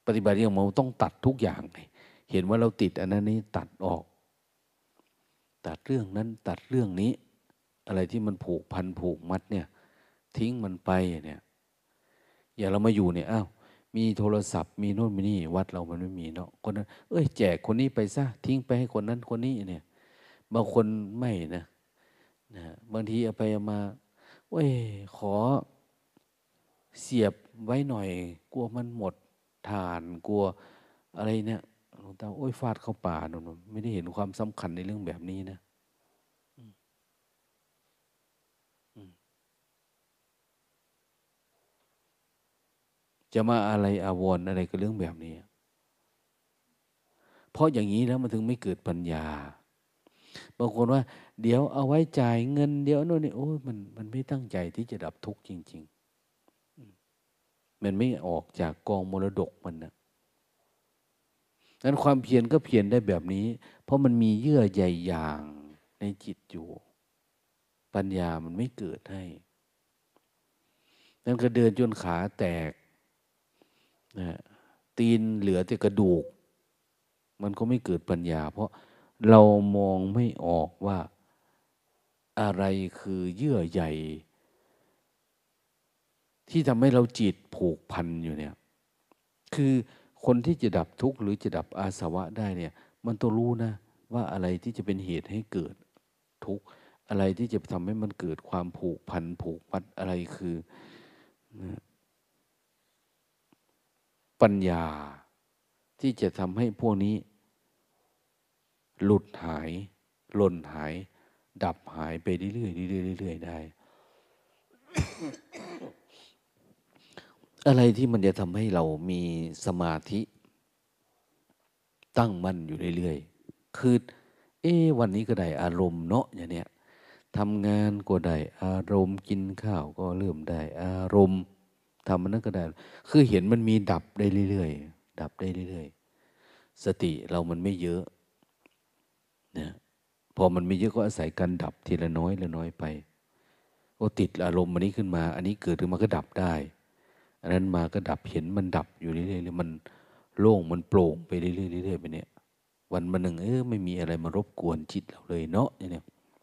ปฏิบัติอย่างเราต้องตัดทุกอย่างเลยเห็นว่าเราติดอันนั้นนี้ตัดออกตัดเรื่องนั้นตัดเรื่องนี้อะไรที่มันผูกพันผูกมัดเนี่ยทิ้งมันไปเนี่ยอย่าเรามาอยู่เนี่ยอ้าวมีโทรศัพท์มีโน่นมีนี่วัดเรามันไม่มีเนาะคนนั้นเอ้ยแจกคนนี้ไปซะทิ้งไปให้คนนั้นคนนี้เนี่ยบางคนไม่นะนะบางทีเอาไปเอามาเว้ยขอเสียบไว้หน่อยกลัวมันหมดทานกลัวอะไรเนี่ยหลวงตาโอ้ยฟาดเข้าป่าโน่นไม่ได้เห็นความสำคัญในเรื่องแบบนี้นะอืมอืมจะมาอะไรอาวรณ์อะไรกับเรื่องแบบนี้เพราะอย่างนี้แล้วมันถึงไม่เกิดปัญญาบางคนว่าเดี๋ยวเอาไว้จ่ายเงินเดี๋ยวโน่นนี่โอ้ยมันมันไม่ตั้งใจที่จะดับทุกข์จริงๆอืมมันไม่ออกจากกองมรดกมันนะนั้นความเพียรก็เพียรได้แบบนี้เพราะมันมีเยื่อใยอย่างในจิตอยู่ปัญญามันไม่เกิดให้นั้นก็เดินจนขาแตกนะตีนเหลือแต่กระดูกมันก็ไม่เกิดปัญญาเพราะเรามองไม่ออกว่าอะไรคือเยื่อใยที่ทำให้เราจิตผูกพันอยู่เนี่ยคือคนที่จะดับทุกข์หรือจะดับอาสวะได้เนี่ยมันต้องรู้นะว่าอะไรที่จะเป็นเหตุให้เกิดทุกข์อะไรที่จะทำให้มันเกิดความผูกพันผูกมัดอะไรคือนะปัญญาที่จะทำให้พวกนี้หลุดหายหล่นหายดับหายไปเรื่อยๆเรื่อยๆเรื่อยๆได้อะไรที่มันจะทำให้เรามีสมาธิตั้งมั่นอยู่เรื่อยๆคือเอ๊ะวันนี้ก็ได้อารมณ์เนาะอย่างเนี้ยทำงานก็ได้อารมณ์กินข้าวก็เริ่มได้อารมณ์ทำมันนั้นก็ได้คือเห็นมันมีดับได้เรื่อยๆดับได้เรื่อยๆสติเรามันไม่เยอะนะพอมันไม่เยอะก็อาศัยการดับทีละน้อยละน้อยไปโอ้ติดอารมณ์อันนี้ขึ้นมาอันนี้เกิดขึ้นมาก็ดับได้อันนั้นมาก็ดับเห็นมันดับอยู่เรื่อยๆเลยมันโล่งมันโปร่งไปเรื่อยๆเรื่อยๆไปเนี่ยวันมาหนึ่งเออไม่มีอะไรมารบกวนจิตเราเลยเนาะเนี่ย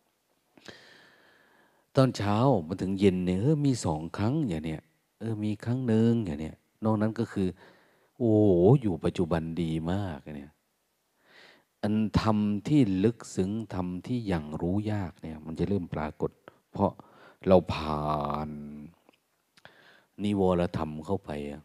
ตอนเช้ามาถึงเย็นเนี่ยเออมีสองครั้งอย่างเนี้ยเออมีครั้งหนึ่งอย่างเนี้ยนอกนั้นก็คือโอ้โหอยู่ปัจจุบันดีมากเนี่ยอันธรรมที่ลึกซึ้งธรรมที่ยังรู้ยากเนี่ยมันจะเริ่มปรากฏเพราะเราผ่านนิวรธรรมเข้าไปอะ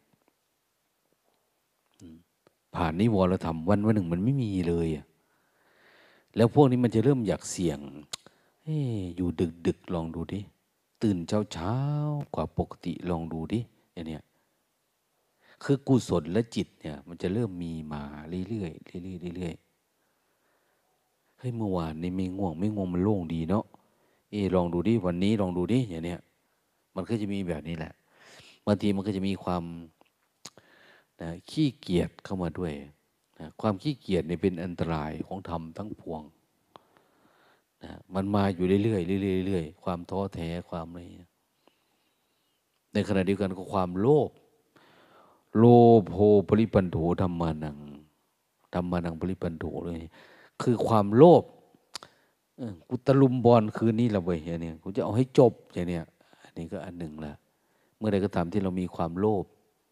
อืมผ่านนิวรธรรมวันวันหนึ่งมันไม่มีเลยอะแล้วพวกนี้มันจะเริ่มอยากเสี่ยงเฮ้ยอยู่ดึกดึกลองดูดิตื่นเช้าเช้ากว่าปกติลองดูดิอย่างเนี้ยคือกุศลและจิตเนี่ยมันจะเริ่มมีมาเรื่อยๆเรื่อยๆเรื่อยๆเฮ้ยเมื่อวานนี้ไม่ง่วงไม่ง่วงมันโล่งดีเนาะเออลองดูดิวันนี้ลองดูดิอย่างเนี้ยมันก็จะมีแบบนี้แหละบางทีมันก็จะมีความนะขี้เกียจเข้ามาด้วยนะความขี้เกียจเนี่ยเป็นอันตรายของธรรมทั้งปวงนะมันมาอยู่เรื่อยๆเรื่อยๆเรื่อยๆความท้อแท้ความอะไรในขณะเดียวกันก็ความโลภโลโภปริปันโถธรรมานังธรรมานังปริปันโถเลยคือความโลภเออกูตะลุมบอลคืนนี้ละเว้ยอย่างเนี้ยกูจะเอาให้จบอย่างเนี้ยอันนี้ก็อันหนึ่งละเมื่อใดก็ตามที่เรามีความโลภ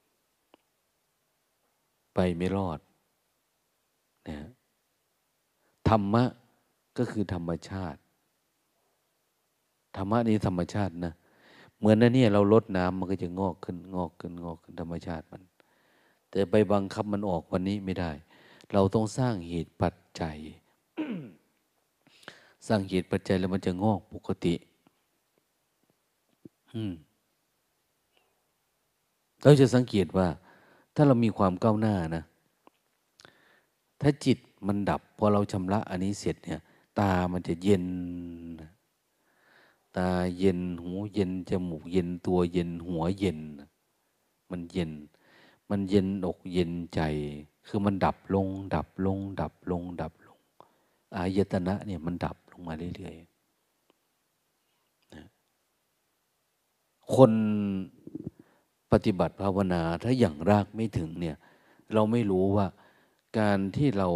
ไปไม่รอดนะธรรมะก็คือธรรมชาติธรรมะนี่ธรรมชาตินะเหมือนนั่นเนี่ยเราลดน้ำมันก็จะงอกขึ้นงอกขึ้นงอกขึ้นธรรมชาติมันแต่ไปบังคับมันออกวันนี้ไม่ได้เราต้องสร้างเหตุปัจจัย สร้างเหตุปัจจัยแล้วมันจะงอกปกติอืมเราจะสังเกตว่าถ้าเรามีความก้าวหน้านะถ้าจิตมันดับพอเราชำระอันนี้เสร็จเนี่ยตามันจะเย็นตาเย็นหูเย็นจมูกเย็นตัวเย็นหัวเย็นมันเย็นมันเย็นอกเย็นใจคือมันดับลงดับลงดับลงดับลงอายตนะเนี่ยมันดับลงมาเรื่อยๆนะคนปฏิบัติภาวนาถ้าอย่างรากไม่ถึงเนี่ยเราไม่รู้ว่าการที่เรา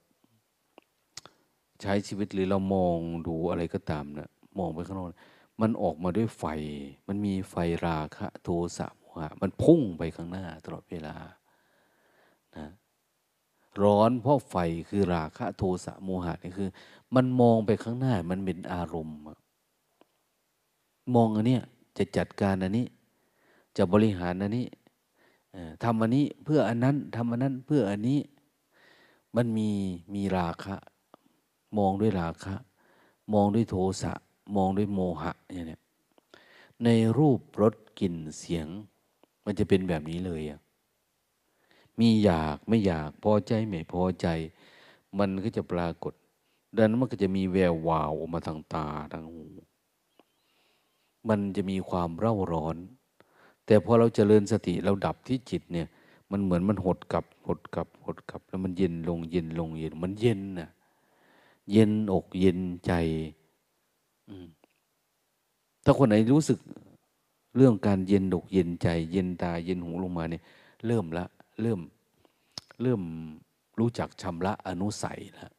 ใช้ชีวิตหรือเรามองดูอะไรก็ตามนะมองไปข้างนอกมันออกมาด้วยไฟมันมีไฟราคะโทสะโมหะมันพุ่งไปข้างหน้าตลอดเวลานะร้อนเพราะไฟคือราคะโทสะโมหะนี่คือมันมองไปข้างหน้ามันเป็นอารมณ์อะมองอันเนี้ยจะจัดการอันนี้จะบริหารอันนี้เอ่อทำอันนี้เพื่ออันนั้นทำอันนั้นเพื่ออันนี้มันมีมีราคะมองด้วยราคะมองด้วยโทสะมองด้วยโมหะอย่างเนี้ยในรูปรสกลิ่นเสียงมันจะเป็นแบบนี้เลยอะมีอยากไม่อยากพอใจไม่พอใจมันก็จะปรากฏดังนั้นมันก็จะมีแวววาวออกมาทางตาทางหูมันจะมีความเร่าร้อนแต่พอเราเจริญสติเราดับที่จิตเนี่ยมันเหมือนมันหดกลับหดกลับหดกลับแล้วมันเย็นลงเย็นลงเย็นมันเย็นน่ะเย็นอกเย็นใจอืมถ้าคนไหนรู้สึกเรื่องการเย็นอกเย็นใจเย็นตาเย็นหูลงมาเนี่ยเริ่มละเริ่มเริ่มรู้จักชำระอนุสัยแล้ว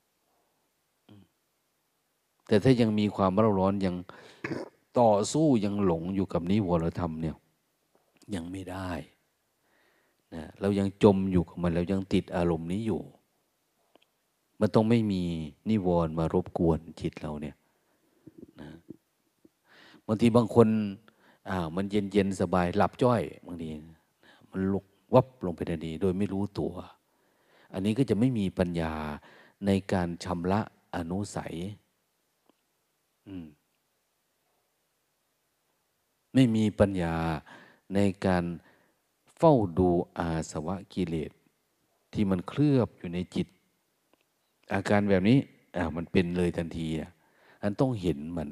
แต่ถ้ายังมีความเร่าร้อนยังต่อสู้ยังหลงอยู่กับนิวรธรรมเนี่ยยังไม่ได้นะเรายังจมอยู่กับมันเรายังติดอารมณ์นี้อยู่มันต้องไม่มีนิวรณ์มารบกวนจิตเราเนี่ยนะบางทีบางคนอ่ามันเย็นเย็นสบายหลับจ้อยบางทีมันลุกวับลงไปทันทีโดยไม่รู้ตัวอันนี้ก็จะไม่มีปัญญาในการชำระอนุสัยอืมไม่มีปัญญาในการเฝ้าดูอาสวะกิเลสที่มันเคลือบอยู่ในจิตอาการแบบนี้อ่ามันเป็นเลยทันทีอ่ะอันต้องเห็นมัน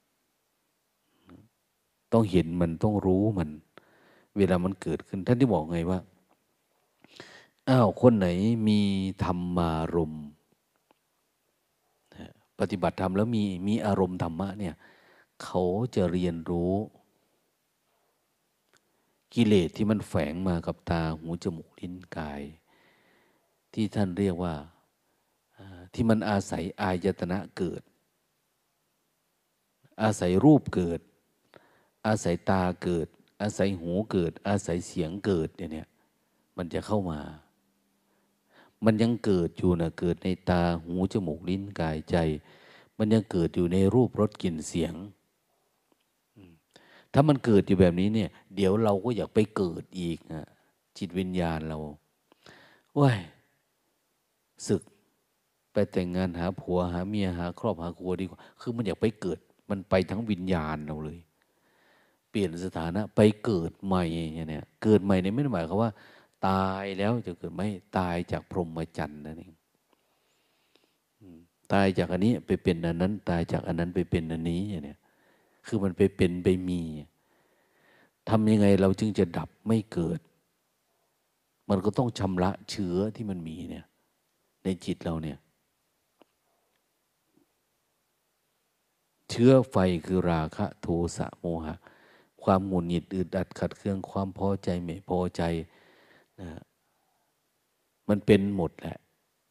ต้องเห็นมันต้องรู้มันเวลามันเกิดขึ้นท่านที่บอกไงว่าอ้าวคนไหนมีธรรมารมณ์นะปฏิบัติธรรมแล้วมีมีอารมณ์ธรรมะเนี่ยเขาจะเรียนรู้กิเลสที่มันแฝงมากับตาหูจมูกลิ้นกายที่ท่านเรียกว่าอ่าที่มันอาศัยอายตนะเกิดอาศัยรูปเกิดอาศัยตาเกิดอาศัยหูเกิดอาศัยเสียงเกิดเนี่ยเนี่ยมันจะเข้ามามันยังเกิดอยู่นะเกิดในตาหูจมูกลิ้นกายใจมันยังเกิดอยู่ในรูปรสกลิ่นเสียงถ้ามันเกิดอยู่แบบนี้เนี่ยเดี๋ยวเราก็อยากไปเกิดอีกนะจิตวิญญาณเราว้ายศึกไปแต่งงานหาผัวหาเมียหาครอบหาครัวดีกว่าคือมันอยากไปเกิดมันไปทั้งวิญญาณเราเลยเปลี่ยนสถานะไปเกิดใหม่เนี่ยเกิดใหม่เนี่ยไม่ได้หมายความว่าตายแล้วจะเกิดไม่ตายจากพรหมจรรย์นั่นเองอืมตายจากอันนี้ไปเป็นอันนั้นตายจากอันนั้นไปเป็นอันนี้เนี่ยคือมันไปเป็นไปมีทำยังไงเราจึงจะดับไม่เกิดมันก็ต้องชำระเชื้อที่มันมีเนี่ยในจิตเราเนี่ยเชื้อไฟคือราคะโทสะโมหะความหงุดหงิดอึดอัดขัดเคืองความพอใจไม่พอใจนะมันเป็นหมดแหละ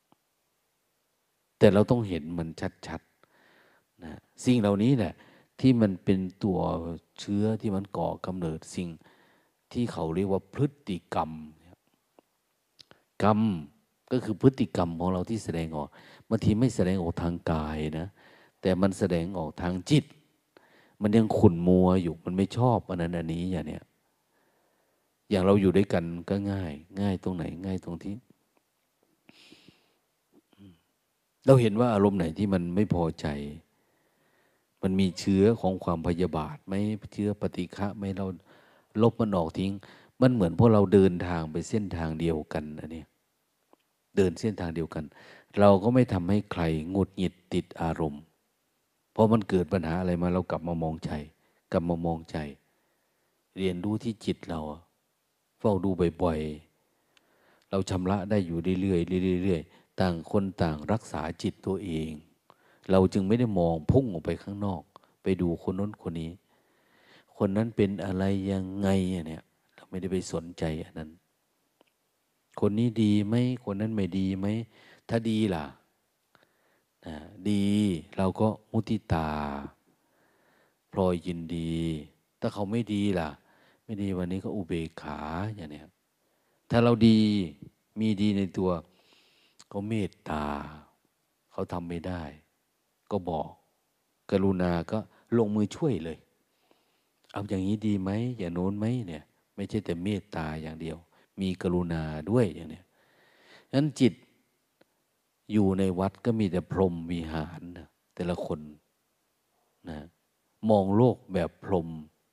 แต่เราต้องเห็นมันชัดๆนะสิ่งเหล่านี้แหละที่มันเป็นตัวเชื้อที่มันก่อกำเนิดสิ่งที่เขาเรียกว่าพฤติกรรมกรรมก็คือพฤติกรรมของเราที่แสดงออกบางทีไม่แสดงออกทางกายนะแต่มันแสดงออกทางจิตมันยังขุ่นมัวอยู่มันไม่ชอบอันนั้นอันนี้อย่างเนี้ยอย่างเราอยู่ด้วยกันก็ง่ายง่ายตรงไหนง่ายตรงที่เราเห็นว่าอารมณ์ไหนที่มันไม่พอใจมันมีเชื้อของความพยาบาทไหมเชื้อปฏิฆะไหมเราลบมันออกทิ้งมันเหมือนพวกเราเดินทางไปเส้นทางเดียวกันนะเนี่ยเดินเส้นทางเดียวกันเราก็ไม่ทำให้ใครหงุดหงิดติดอารมณ์พอมันเกิดปัญหาอะไรมาเรากลับมามองใจกลับมามองใจเรียนรู้ที่จิตเราเฝ้าดูบ่อยๆเราชำระได้อยู่เรื่อยๆเรื่อยๆต่างคนต่างรักษาจิตตัวเองเราจึงไม่ได้มองพุ่งออกไปข้างนอกไปดูคนนั้นคนนี้คนนั้นเป็นอะไรยังไงเนี่ยเราไม่ได้ไปสนใจอันนั้นคนนี้ดีไหมคนนั้นไม่ดีไหมถ้าดีล่ะนะดีเราก็มุทิตาพลอยยินดีถ้าเขาไม่ดีล่ะไม่ดีวันนี้ก็อุเบกขาอย่างเนี้ยถ้าเราดีมีดีในตัวก็เมตตาเขาทำไม่ได้ก็บอกกรุณาก็ลงมือช่วยเลยเอาอย่างนี้ดีไหมอย่างโน้นไหมเนี่ยไม่ใช่แต่เมตตาอย่างเดียวมีกรุณาด้วยอย่างเนี้ยนั้นจิตอยู่ในวัดก็มีแต่พรหมวิหารนะแต่ละคนนะมองโลกแบบพรหม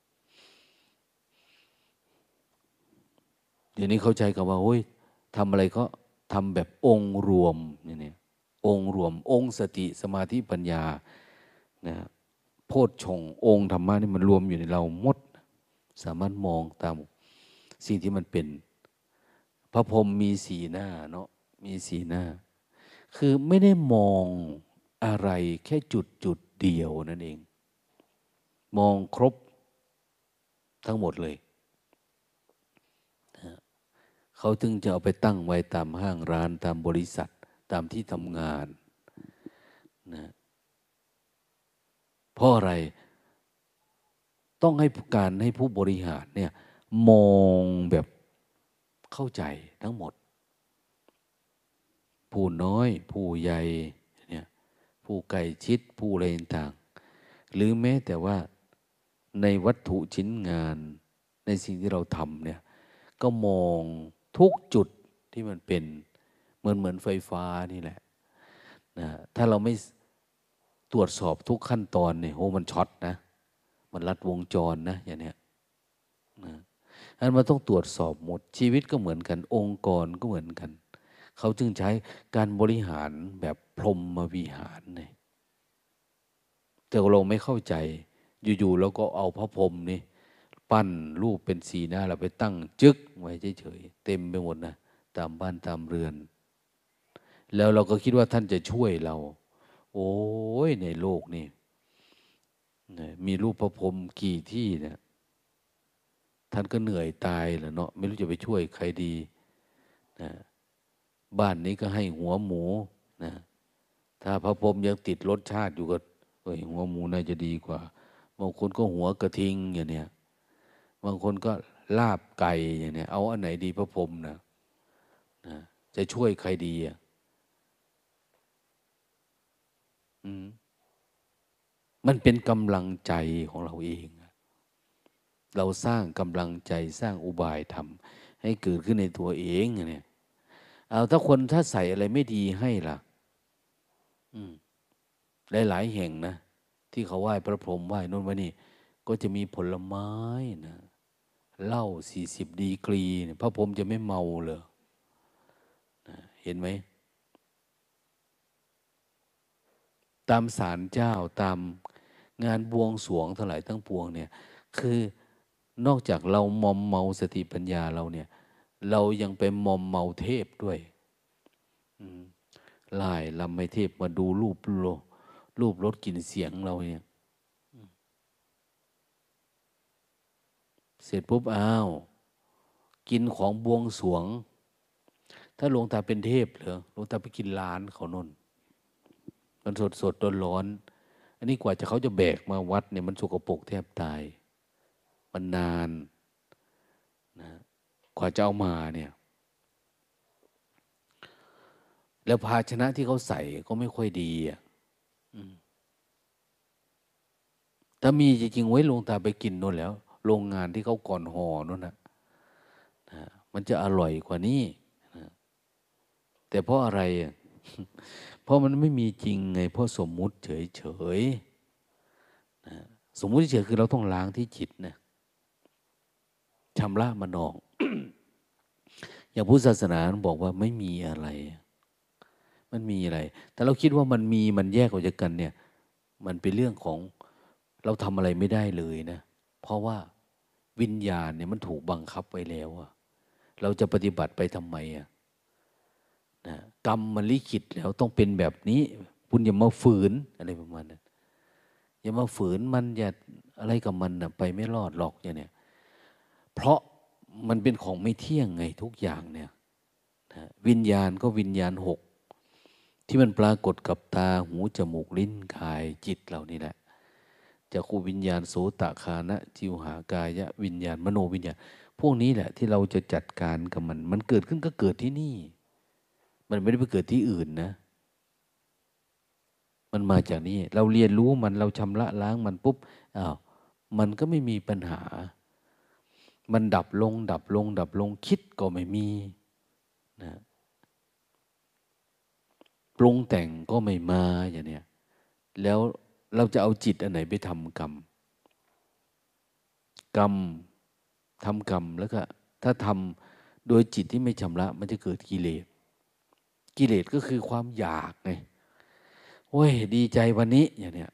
เดี๋ยวนี้เข้าใจกับว่าโอ้ยทำอะไรก็ทำแบบองค์รวมเนี่ยเนี่ยองค์รวมองค์สติสมาธิปัญญานะโพชฌงค์องค์ธรรมะนี่มันรวมอยู่ในเราหมดสามารถมองตามสิ่งที่มันเป็นพระพรหมมีสีหน้าเนาะมีสีหน้าคือไม่ได้มองอะไรแค่จุดจุดเดียวนั่นเองมองครบทั้งหมดเลยนะเขาถึงจะเอาไปตั้งไว้ตามห้างร้านตามบริษัทตามที่ทำงานนะเพราะอะไรต้องให้การให้ผู้บริหารเนี่ยมองแบบเข้าใจทั้งหมดผู้น้อยผู้ใหญ่เนี่ยผู้ใกล้ชิดผู้อะไรต่างหรือแม้แต่ว่าในวัตถุชิ้นงานในสิ่งที่เราทำเนี่ยก็มองทุกจุดที่มันเป็นเหมือนเหมือนไฟฟ้านี่แหละนะถ้าเราไม่ตรวจสอบทุกขั้นตอนเนี่ยโหมันช็อตนะมันลัดวงจรนะอย่างเนี้ยนะอันมันต้องตรวจสอบหมดชีวิตก็เหมือนกันองค์กรก็เหมือนกันเขาจึงใช้การบริหารแบบพรหมวิหารเนี่ยแต่เราไม่เข้าใจอยู่ๆแล้วก็เอาพระพรหมนี่ปั้นรูปเป็นสีหน้าเราไปตั้งจึกไว้เฉยๆเต็มไปหมดนะตามบ้านตามเรือนแล้วเราก็คิดว่าท่านจะช่วยเราโอ้ยในโลกนี่มีรูปพระพรหมกี่ที่เนี่ยท่านก็เหนื่อยตายแล้วเนาะไม่รู้จะไปช่วยใครดีนะบ้านนี้ก็ให้หัวหมูนะถ้าพระพรหมยังติดรสชาติอยู่ก็เอ้ยหัวหมูน่าจะดีกว่าบางคนก็หัวกระทิงอย่างเนี้ยบางคนก็ลาบไก่อย่างเนี้ยเอาอันไหนดีพระพรหมนะนะจะช่วยใครดีอ่ะอืมมันเป็นกำลังใจของเราเองเราสร้างกำลังใจสร้างอุบายธรรมให้เกิดขึ้นในตัวเองเนี่ยเอาถ้าคนถ้าใส่อะไรไม่ดีให้ล่ะอืมหลายๆแห่งนะที่เขาไหว้พระพรหมไหว้นู่นไหว้นี่ก็จะมีผลไม้นะเหล้าสี่สิบดีกรีเนี่ยพระพรหมจะไม่เมาเลยนะเห็นไหมตามศาลเจ้าตามงานบวงสรวงทั้งหลายทั้งปวงเนี่ยคือนอกจากเรามอมเมาสติปัญญาเราเนี่ยเรายังไปมอมเมาเทพด้วยไล่ลำให้เทพมาดูรูปโลรูปรสกลิ่นเสียงเราเนี่ยเสร็จปุ๊บอ้าวกินของบวงสรวงถ้าหลวงตาเป็นเทพเหรอหลวงตาไปกินร้านเขานนมันสดสดร้อนร้อนอันนี้กว่าจะเขาจะแบกมาวัดเนี่ยมันสกปรกแทบตายมันนานนะกว่าจะเอามาเนี่ยแล้วภาชนะที่เขาใส่ก็ไม่ค่อยดีอ่ะถ้ามีจริงๆไว้หลวงตาไปกินโน่นแล้วโรงงานที่เขาก่อนห่อนั่นนะนะมันจะอร่อยกว่านี้นะแต่เพราะอะไรอ่ะเพราะมันไม่มีจริงไงเพราะสมมุติเฉยๆนะสมมุติเฉยคือเราต้องล้างที่จิตนะชำระมันออก อย่างพุทธศาสนาบอกว่าไม่มีอะไรมันมีอะไรแต่เราคิดว่ามันมีมันแยกออกจากกันเนี่ยมันเป็นเรื่องของเราทำอะไรไม่ได้เลยนะเพราะว่าวิญญาณเนี่ยมันถูกบังคับไว้แล้วอะเราจะปฏิบัติไปทำไมอะนะกรรมมันลิขิตแล้วต้องเป็นแบบนี้คุณอย่ามาฝืนอะไรประมาณนั้นอย่ามาฝืนมันอย่าอะไรกับมันนะไปไม่รอดหรอกอย่างเนี้ยเพราะมันเป็นของไม่เที่ยงไงทุกอย่างเนี่ยวิญญาณก็วิญญาณหกที่มันปรากฏกับตาหูจมูกลิ้นกายจิตเรานี่แหละจักขุวิญญาณโสตคานะจิวหากายะวิญญาณมโนวิญญาณพวกนี้แหละที่เราจะจัดการกับมันมันเกิดขึ้นก็เกิดที่นี่มันไม่ได้ไปเกิดที่อื่นนะมันมาจากนี่เราเรียนรู้มันเราชำระล้างมันปุ๊บอ้าวมันก็ไม่มีปัญหามันดับลงดับลงดับลงคิดก็ไม่มีนะปรุงแต่งก็ไม่มาอย่างเนี้ยแล้วเราจะเอาจิตอันไหนไปทำกรรมกรรมทำกรรมแล้วก็ถ้าทำโดยจิตที่ไม่ชำระมันจะเกิดกิเลสกิเลสก็คือความอยากไงโอ้ยดีใจวันนี้อย่างเนี้ย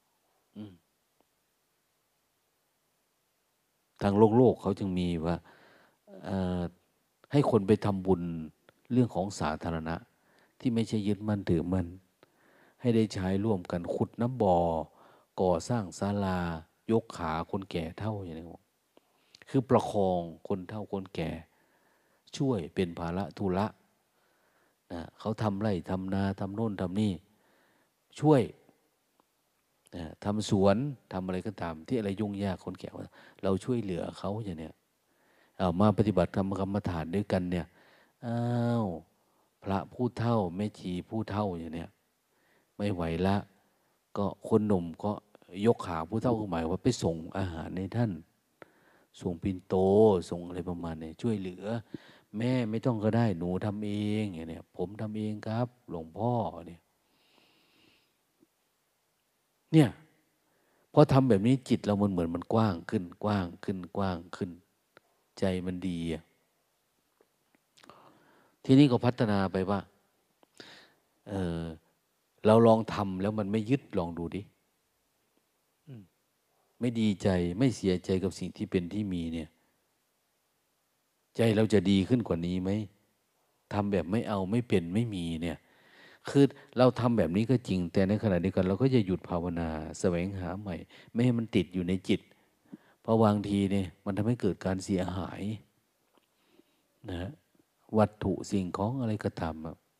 ทางโลกโลกเขาจึงมีว่าให้คนไปทำบุญเรื่องของสาธารณะที่ไม่ใช่ยึดมั่นถือมั่นให้ได้ใช้ร่วมกันขุดน้ำบ่อก่อสร้างศาลายกขาคนแก่เท่าอย่างนี้คือประคองคนเท่าคนแก่ช่วยเป็นภาระธุระนะเขาทำไร่ทำนาทำโน่นทำนี่ช่วยนะทำสวนทำอะไรก็ตามที่อะไรยุ่งยากคนแก่เราช่วยเหลือเขาอย่างเนี้ยเอามาปฏิบัติธรรมกรรมฐานด้วยกันเนี่ยอ้าวพระผู้เฒ่าแม่ชีผู้เฒ่าอย่างเนี้ยไม่ไหวละก็คนหนุ่มก็ยกขาผู้เฒ่าหมายว่าไปส่งอาหารในท่านส่งปิ่นโตส่งอะไรประมาณนี้ช่วยเหลือแม่ไม่ต้องก็ได้หนูทำเองอย่างเนี้ยผมทำเองครับหลวงพ่อเนี่ยเนี่ยพอทำแบบนี้จิตเรามันเหมือนมันกว้างขึ้นกว้างขึ้นกว้างขึ้นใจมันดีทีนี้ก็พัฒนาไปว่าเออเราลองทำแล้วมันไม่ยึดลองดูดิไม่ดีใจไม่เสียใจกับสิ่งที่เป็นที่มีเนี่ยใจเราจะดีขึ้นกว่านี้ไหมทำแบบไม่เอาไม่เป็นไม่มีเนี่ยคือเราทำแบบนี้ก็จริงแต่ในขณะเดียวกันเราก็จะหยุดภาวนาแสวงหาใหม่ไม่ให้มันติดอยู่ในจิตเพราะบางทีเนี่ยมันทำให้เกิดการเสียหายนะวัตถุสิ่งของอะไรก็ตาม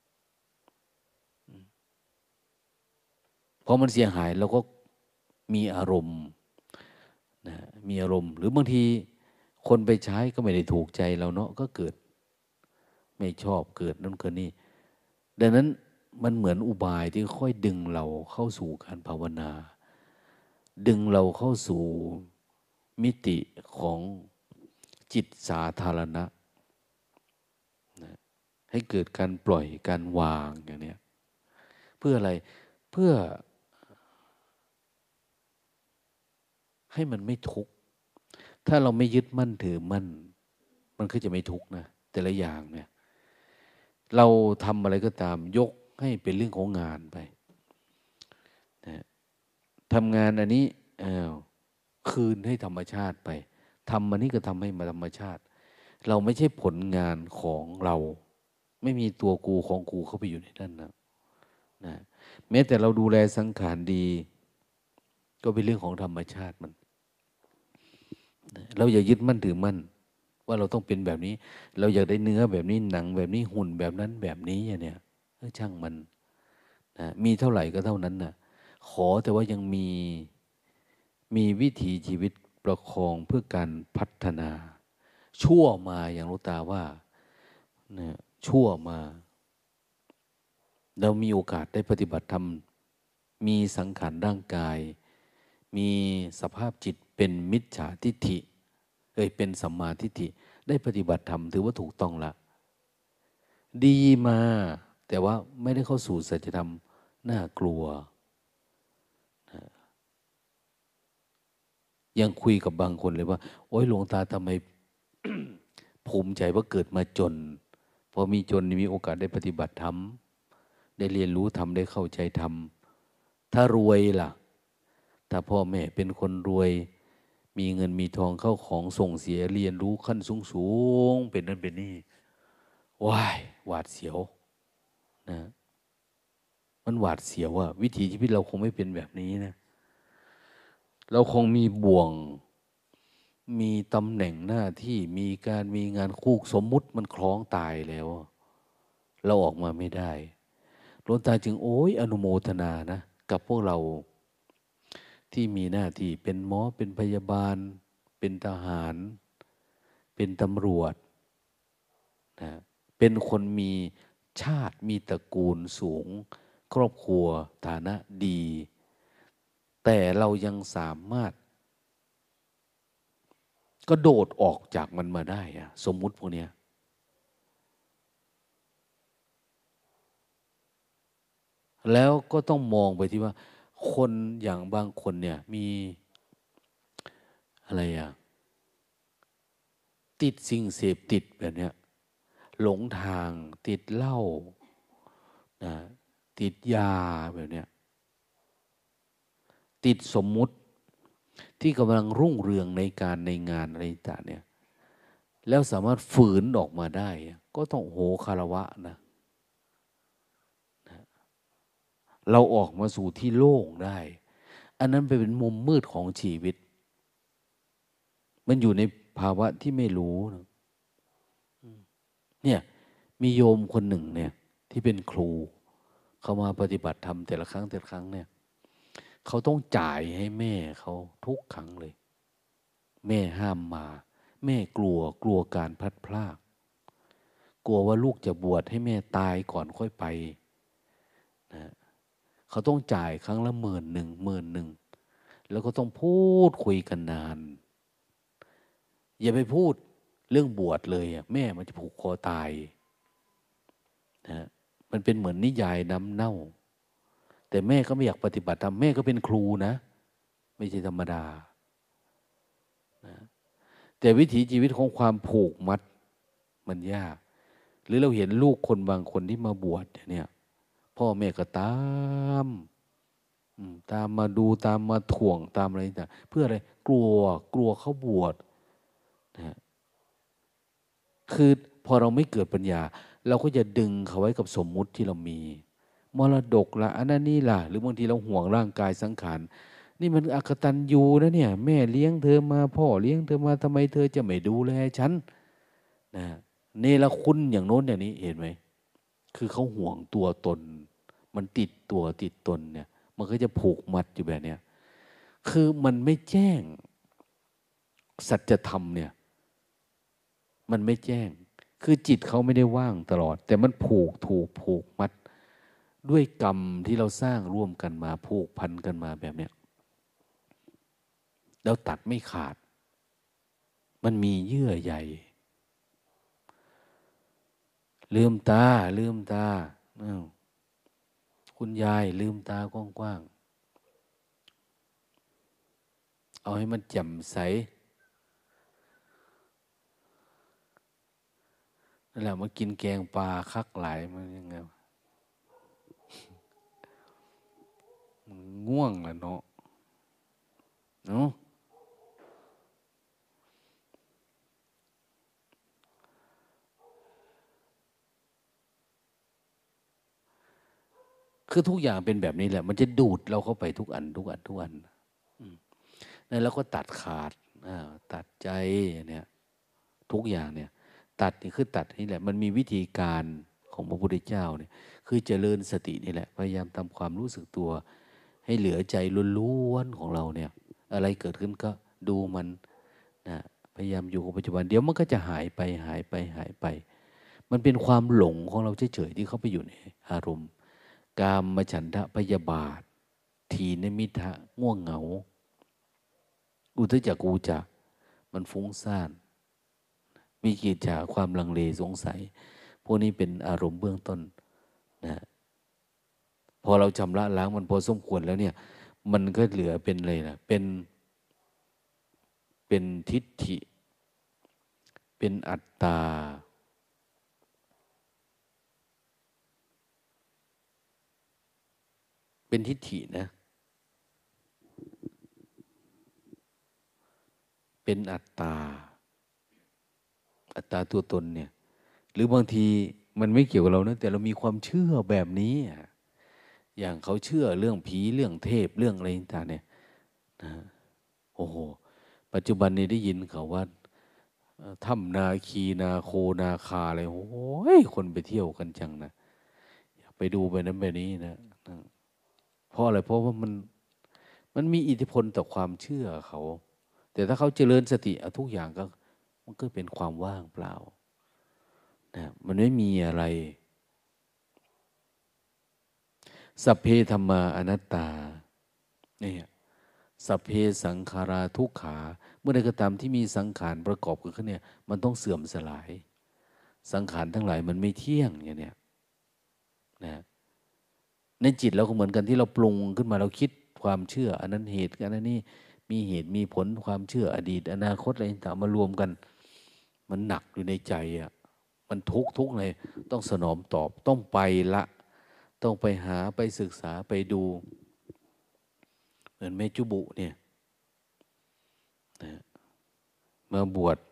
พอมันเสียหายเราก็มีอารมณ์นะมีอารมณ์หรือบางทีคนไปใช้ก็ไม่ได้ถูกใจเราเนาะก็เกิดไม่ชอบเกิดนั่นเกิดนี่ดังนั้นมันเหมือนอุบายที่ค่อยดึงเราเข้าสู่การภาวนาดึงเราเข้าสู่มิติของจิตสาธารณะนะให้เกิดการปล่อยการวางอย่างเนี้ยเพื่ออะไรเพื่อให้มันไม่ทุกข์ถ้าเราไม่ยึดมั่นถือมั่นมันก็จะไม่ทุกข์นะแต่ละอย่างเนี่ยเราทำอะไรก็ตามยกให้เป็นเรื่องของงานไปนะทำงานอันนี้อ้าวคืนให้ธรรมชาติไปทำอันนี้ก็ทำให้มาธรรมชาติเราไม่ใช่ผลงานของเราไม่มีตัวกูของกูเข้าไปอยู่ในนั้นนะนะแม้แต่เราดูแลสังขารดีก็เป็นเรื่องของธรรมชาติมันเราอย่ายึดมั่นถือมั่นว่าเราต้องเป็นแบบนี้เราอยากได้เนื้อแบบนี้หนังแบบนี้หุ่นแบบนั้นแบบนี้อย่างเนี้ยช่างมันนะมีเท่าไหร่ก็เท่านั้นนะขอแต่ว่ายังมีมีวิถีชีวิตประคองเพื่อการพัฒนาชั่วมาอย่างหลวงตาว่านะชั่วมาเรามีโอกาสได้ปฏิบัติธรรมมีสังขารร่างกายมีสภาพจิตเป็นมิจฉาทิฏฐิเอ้ยเป็นสัมมาทิฏฐิได้ปฏิบัติธรรมถือว่าถูกต้องละดีมาแต่ว่าไม่ได้เข้าสู่สัจธรรมน่ากลัวยังคุยกับบางคนเลยว่าโอ้ยหลวงตาทำไม ภูมิใจว่าเกิดมาจนพอมีจนมีโอกาสได้ปฏิบัติธรรมได้เรียนรู้ธรรมได้เข้าใจธรรมถ้ารวยล่ะถ้าพ่อแม่เป็นคนรวยมีเงินมีทองเข้าของส่งเสียเรียนรู้ขั้นสูงสูงเป็นนั่นเป็นนี่ว้ายหวาดเสียวนะมันหวาดเสียวอะวิถีชีวิตเราคงไม่เป็นแบบนี้นะเราคงมีบ่วงมีตำแหน่งหน้าที่มีการมีงานคู่สมมุติมันคล้องตายแล้วเราออกมาไม่ได้หลวงตาจึงโอ้ยอนุโมทนานะกับพวกเราที่มีหน้าที่เป็นหมอเป็นพยาบาลเป็นทหารเป็นตำรวจนะเป็นคนมีชาติมีตระกูลสูงครอบครัวฐานะดีแต่เรายังสามารถก็โดดออกจากมันมาได้อะสมมุติพวกเนี้ยแล้วก็ต้องมองไปที่ว่าคนอย่างบางคนเนี่ยมีอะไรอะติดสิ่งเสพติดแบบเนี้ยหลงทางติดเหล้านะติดยาแบบเนี้ยติดสมมุติที่กำลังรุ่งเรืองในการในงานอะไรต่างเนี่ยแล้วสามารถฝืนออกมาได้ก็ต้องโหคารวะนะเราออกมาสู่ที่โล่งได้อันนั้นไปเป็นมุมมืดของชีวิตมันอยู่ในภาวะที่ไม่รู้นะเนี่ยมีโยมคนหนึ่งเนี่ยที่เป็นครูเขามาปฏิบัติธรรมแต่ละครั้งแต่ละครั้งเนี่ยเขาต้องจ่ายให้แม่เขาทุกครั้งเลยแม่ห้ามมาแม่กลัวกลัวการพลัดพรากกลัวว่าลูกจะบวชให้แม่ตายก่อนค่อยไปนะเขาต้องจ่ายครั้งละหมื่นหนึ่งหมื่นหนึ่งแล้วก็ต้องพูดคุยกันนานอย่าไปพูดเรื่องบวชเลยอ่ะแม่มันจะผูกคอตายนะมันเป็นเหมือนนิยายน้ำเน่าแต่แม่ก็ไม่อยากปฏิบัติธรรมแม่ก็เป็นครูนะไม่ใช่ธรรมดานะแต่วิถีชีวิตของความผูกมัดมันยากหรือเราเห็นลูกคนบางคนที่มาบวชเนี่ยพ่อแม่ก็ตามตามมาดูตามมาถ่วงตามอะไรต่างเพื่ออะไรกลัวกลัวเขาบวชนะคือพอเราไม่เกิดปัญญาเราก็จะดึงเขาไว้กับสมมุติที่เรามีมรดกละอันนั้นนี่ล่ะหรือบางทีเราห่วงร่างกายสังขารนี่มันอกตัญญูนะเนี่ยแม่เลี้ยงเธอมาพ่อเลี้ยงเธอมาทำไมเธอจะไม่ดูแลฉันนะเนรคุณอย่างโน้นอย่างนี้เห็นไหมคือเขาห่วงตัวตนมันติดตัวติดตนเนี่ยมันก็จะผูกมัดอยู่แบบเนี้ยคือมันไม่แจ้งสัจธรรมเนี่ยมันไม่แจ้งคือจิตเขาไม่ได้ว่างตลอดแต่มันผูกถูกผูกมัดด้วยกรรมที่เราสร้างร่วมกันมาผูกพันกันมาแบบเนี้ยแล้วตัดไม่ขาดมันมีเยื่อใยลืมตาลืมตาอ้าวคุณยายลืมตากว้างๆเอาให้มันแจ่มใสนั่นแหละมากินแกงปลาคักหลายมันยังไงมันง่วงแล้วเนาะเนาะคือทุกอย่างเป็นแบบนี้แหละมันจะดูดเราเข้าไปทุกอันทุกอันทุกอันนั่นแล้วก็ตัดขาดตัดใจเนี่ยทุกอย่างเนี่ยตัดนี่คือตัดนี่แหละมันมีวิธีการของพระพุทธเจ้าเนี่ยคือเจริญสตินี่แหละพยายามทำความรู้สึกตัวให้เหลือใจล้วนๆของเราเนี่ยอะไรเกิดขึ้นก็ดูมันนะพยายามอยู่กับปัจจุบันเดี๋ยวมันก็จะหายไปหายไปหายไปมันเป็นความหลงของเราเฉยๆที่เข้าไปอยู่ในอารมณ์กามฉันทะพยาบาททีนมิทะง่วงเหงาอุทจักกูจักมันฟุ้งซ่านมีกิจจาความลังเลสงสัยพวกนี้เป็นอารมณ์เบื้องต้นนะพอเราชำระล้างมันพอสมควรแล้วเนี่ยมันก็เหลือเป็นเลยนะเป็นเป็นทิฏฐิเป็นอัตตาเป็นทิฏฐินะเป็นอัตตาอัตตาตัวตนเนี่ยหรือบางทีมันไม่เกี่ยวกับเรานะแต่เรามีความเชื่อแบบนี้อย่างเขาเชื่อเรื่องผีเรื่องเทพเรื่องอะไรต่างๆเนี่ยนะโอ้โหปัจจุบันนี้ได้ยินเขาว่าถ้ำนาคีนาโคนาคาอะไรโอ้ยคนไปเที่ยวกันจังนะอยากไปดูไปนั้นไปนี้นะนะเพราะอะไรเพราะว่ามันมันมีอิทธิพลต่อความเชื่อเขาแต่ถ้าเขาเจริญสติเอาทุกอย่างก็มันก็เป็นความว่างเปล่านะมันไม่มีอะไรสัพเพธัมมาอนัตตาเนี่ยสัพเพสังขาราทุกขาเมื่อใดก็ตามที่มีสังขารประกอบกันขึ้นเนี่ยมันต้องเสื่อมสลายสังขารทั้งหลายมันไม่เที่ยงอย่างเนี้ยนะในจิตเราก็เหมือนกันที่เราปรุงขึ้นมาเราคิดความเชื่ออันนั้นเหตุอันนั้นนี่มีเหตุมีผลความเชื่ออดีตอนาคตอะไรต่างๆมารวมกันมันหนักอยู่ในใจอ่ะมันทุกข์ทุกข์เลยต้องสนองตอบต้องไปละต้องไปหาไปศึกษาไปดูเหมือนแม่จุบุเนี่ยนะมาบวช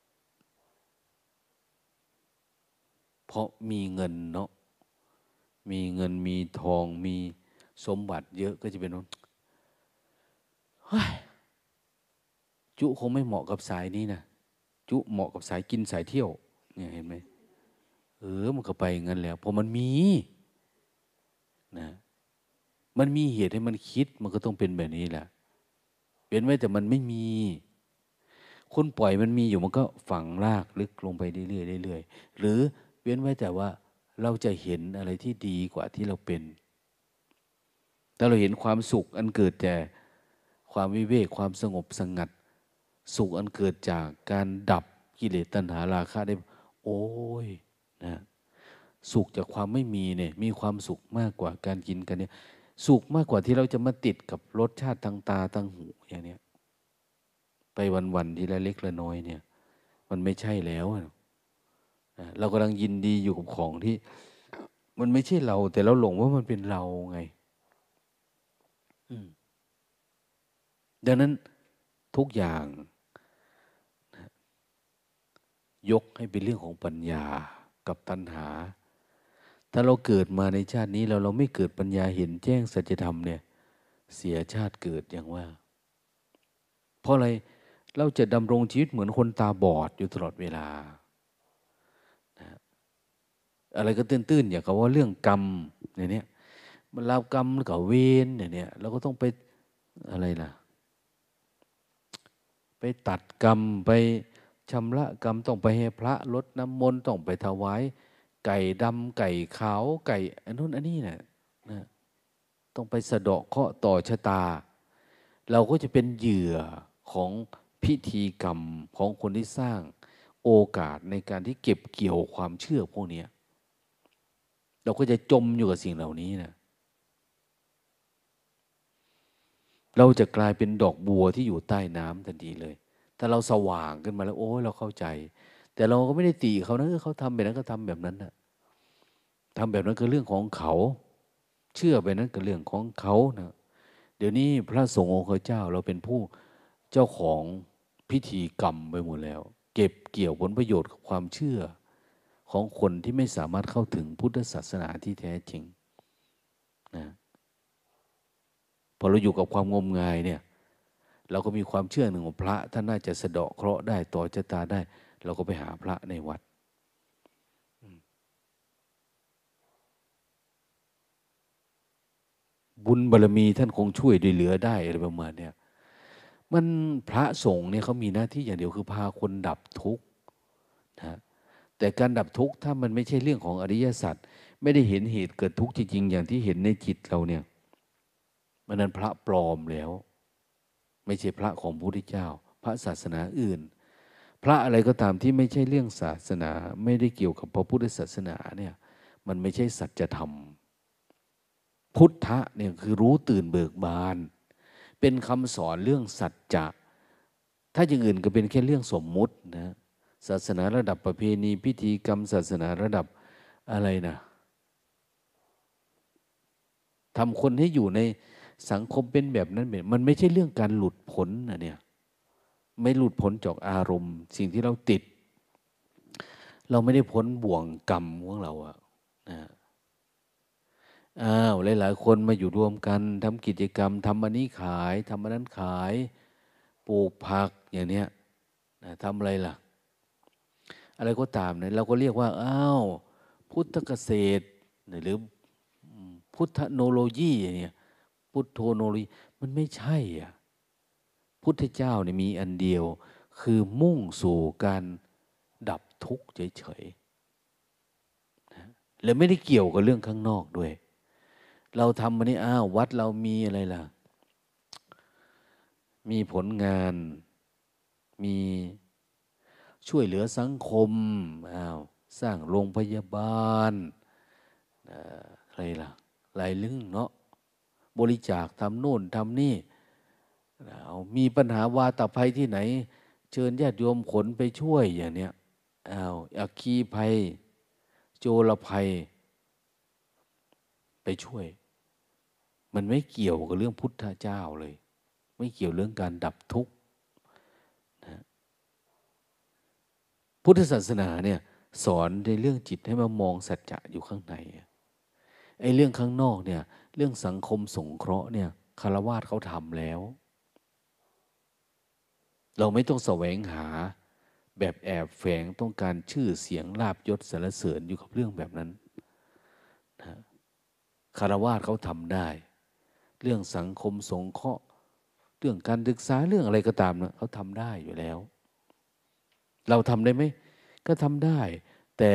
เพราะมีเงินเนาะมีเงินมีทองมีสมบัติเยอะก็จะเป็นว่าเฮ้ยจุคงไม่เหมาะกับสายนี้นะจุเหมาะกับสายกินสายเที่ยวเนี่ยเห็นไหมเออมันก็ไปงั้นแล้วเพราะมันมีนะมันมีเหตุให้มันคิดมันก็ต้องเป็นแบบนี้แหละเป็นไว้แต่มันไม่มีคนปล่อยมันมีอยู่มันก็ฝังรากลึกลงไปเรื่อยๆเรื่อยๆหรือเว้นไว้แต่ว่าเราจะเห็นอะไรที่ดีกว่าที่เราเป็นถ้าเราเห็นความสุขอันเกิดแต่ความวิเวกความสงบสงัดสุขอันเกิดจากการดับกิเลสตัณหาราคะได้โอ้ยนะสุขจากความไม่มีเนี่ยมีความสุขมากกว่าการกินกันเนี่ยสุขมากกว่าที่เราจะมาติดกับรสชาติทางตาทางหูอย่างเนี้ยไปวันๆทีละเล็กละน้อยเนี่ยมันไม่ใช่แล้วนะเรากำลังยินดีอยู่กับของที่มันไม่ใช่เราแต่เราหลงว่ามันเป็นเราไงดังนั้นทุกอย่างยกให้เป็นเรื่องของปัญญากับตัณหาถ้าเราเกิดมาในชาตินี้เราเราไม่เกิดปัญญาเห็นแจ้งสัจธรรมเนี่ยเสียชาติเกิดอย่างว่าเพราะอะไรเราจะดำรงชีวิตเหมือนคนตาบอดอยู่ตลอดเวลานะอะไรก็ตื้นๆอย่างกับว่าเรื่องกรรมเนี่ยมันรับกรรมกับเวรเนี่ยเราก็ต้องไปอะไรล่ะไปตัดกรรมไปชำระกรรมต้องไปให้พระรดน้ำมนต์ต้องไปถวายไก่ดำไก่ขาวไก่อันนู้นอันนี้เนี่ยนะต้องไปสะเดาะเคราะห์ต่อชะตาเราก็จะเป็นเหยื่อของพิธีกรรมของคนที่สร้างโอกาสในการที่เก็บเกี่ยวความเชื่อพวกนี้เราก็จะจมอยู่กับสิ่งเหล่านี้นะเราจะกลายเป็นดอกบัวที่อยู่ใต้น้ำทันทีเลยถ้าเราสว่างขึ้นมาแล้วโอ้ยเราเข้าใจแต่เราก็ไม่ได้ตีเขานะเขาทำแบบนั้นก็ทำแบบนั้นนะทำแบบนั้นก็เรื่องของเขาเชื่อไปนั้นก็เรื่องของเขานะเดี๋ยวนี้พระสงฆ์องค์เจ้าเราเป็นผู้เจ้าของพิธีกรรมไปหมดแล้วเก็บเกี่ยวผลประโยชน์กับความเชื่อของคนที่ไม่สามารถเข้าถึงพุทธศาสนาที่แท้จริงนะพอเราอยู่กับความงมงายเนี่ยเราก็มีความเชื่อหนึ่งว่าพระท่านน่าจะสะเดาะเคราะห์ได้ต่อชะตาได้เราก็ไปหาพระในวัดบุญบารมีท่านคงช่วยด้วยเหลือได้อะไรประมาณเนี้ยมันพระสงฆ์เนี่ยเขามีหน้าที่อย่างเดียวคือพาคนดับทุกข์นะแต่การดับทุกข์ถ้ามันไม่ใช่เรื่องของอริยสัจไม่ได้เห็นเหตุเกิดทุกข์จริงๆอย่างที่เห็นในจิตเราเนี่ยมันนั้นพระปลอมแล้วไม่ใช่พระของพระพุทธเจ้าพระศาสนาอื่นพระอะไรก็ตามที่ไม่ใช่เรื่องศาสนาไม่ได้เกี่ยวกับพระพุทธศาสนาเนี่ยมันไม่ใช่สัจธรรมพุทธะเนี่ยคือรู้ตื่นเบิกบานเป็นคำสอนเรื่องสัจจะถ้าอย่างอื่นก็เป็นแค่เรื่องสมมุตินะศาสนาระดับประเพณีพิธีกรรมศาสนาระดับอะไรนะทำคนให้อยู่ในสังคมเป็นแบบนั้นแบบมันไม่ใช่เรื่องการหลุดพ้นนะเนี่ยไม่หลุดพ้นจากอารมณ์สิ่งที่เราติดเราไม่ได้พ้นบ่วงกรรมของเราอะนะอ้าวหลายๆคนมาอยู่รวมกันทำกิจกรรมทำอันนี้ขายทำอันนั้นขายปลูกผักอย่างเนี้ยนะทำอะไรล่ะอะไรก็ตามเนี่ยเราก็เรียกว่าอ้าวพุทธเกษตรหรือพุทธโนโลยีเนี่ยพุทโธโนโลยีมันไม่ใช่อ่ะพุทธเจ้าเนี่ยมีอันเดียวคือมุ่งสู่การดับทุกข์เฉยๆนะและไม่ได้เกี่ยวกับเรื่องข้างนอกด้วยเราทำมานี่อ้าววัดเรามีอะไรล่ะมีผลงานมีช่วยเหลือสังคมอ้าวสร้างโรงพยาบาลอะไรล่ะหลายเรื่องเนาะบริจาคทำโน่นทำนี่เอามีปัญหาวาตภัยที่ไหนเชิญญาติโยมขนไปช่วยอย่างเนี้ยอ้าวอัคคีภัยโจรภัยไปช่วยมันไม่เกี่ยวกับเรื่องพุทธเจ้าเลยไม่เกี่ยวเรื่องการดับทุกข์นะพุทธศาสนาเนี่ยสอนในเรื่องจิตให้มามองสัจจะอยู่ข้างในไอ้เรื่องข้างนอกเนี่ยเรื่องสังคมสงเคราะห์เนี่ยฆราวาสเขาทำแล้วเราไม่ต้องแสวงหาแบบแอบแฝงต้องการชื่อเสียงลาภยศสรรเสริญอยู่กับเรื่องแบบนั้นนะฆราวาสเขาทำได้เรื่องสังคมสงเคราะห์เรื่องการศึกษาเรื่องอะไรก็ตามนะเขาทำได้อยู่แล้วเราทำได้ไหมก็ทำได้แต่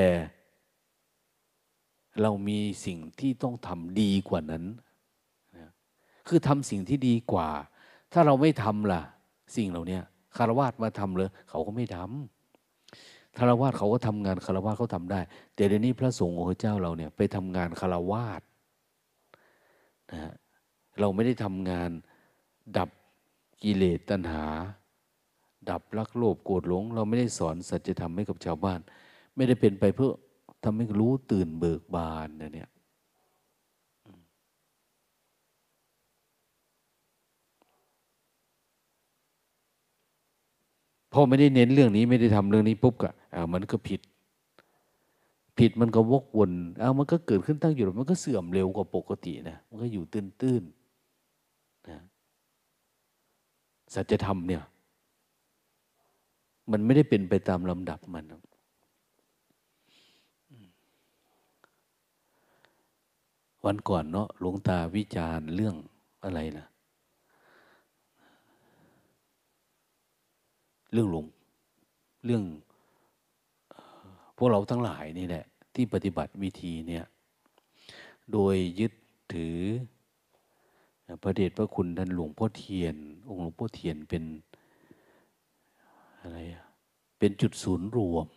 เรามีสิ่งที่ต้องทำดีกว่านั้นนะคือทำสิ่งที่ดีกว่าถ้าเราไม่ทำล่ะสิ่งเหล่านี้คฤหัสถ์มาทำเลยเขาก็ไม่ทำคฤหัสถ์เขาก็ทำงานคฤหัสถ์เขาทำได้แต่เดี๋ยวนี้พระสงฆ์ของพระเจ้าเราเนี่ยไปทำงานคฤหัสถ์นะฮะเราไม่ได้ทำงานดับกิเลสตัณหาดับรักโลภโกรธหลงเราไม่ได้สอนสัจธรรมให้กับชาวบ้านไม่ได้เป็นไปเพื่อทำให้รู้ตื่นเบิกบานนะเนี่ยพอไม่ได้เน้นเรื่องนี้ไม่ได้ทำเรื่องนี้ปุ๊บก็อ่ามันก็ผิดผิดมันก็วกวนอ้าวมันก็เกิดขึ้นตั้งอยู่มันก็เสื่อมเร็วกว่าปกตินะมันก็อยู่ตื้นๆนะสัจธรรมเนี่ยมันไม่ได้เป็นไปตามลำดับมันวันก่อนเนาะหลวงตาวิจารณ์เรื่องอะไรนะเรื่องหลวงเรื่องพวกเราทั้งหลายนี่แหละที่ปฏิบัติวิธีเนี่ยโดยยึดถือพระเดชพระคุณท่านหลวงพ่อเทียนองค์หลวงพ่อเทียนเป็นอะไรอะเป็นจุดศูนย์รวม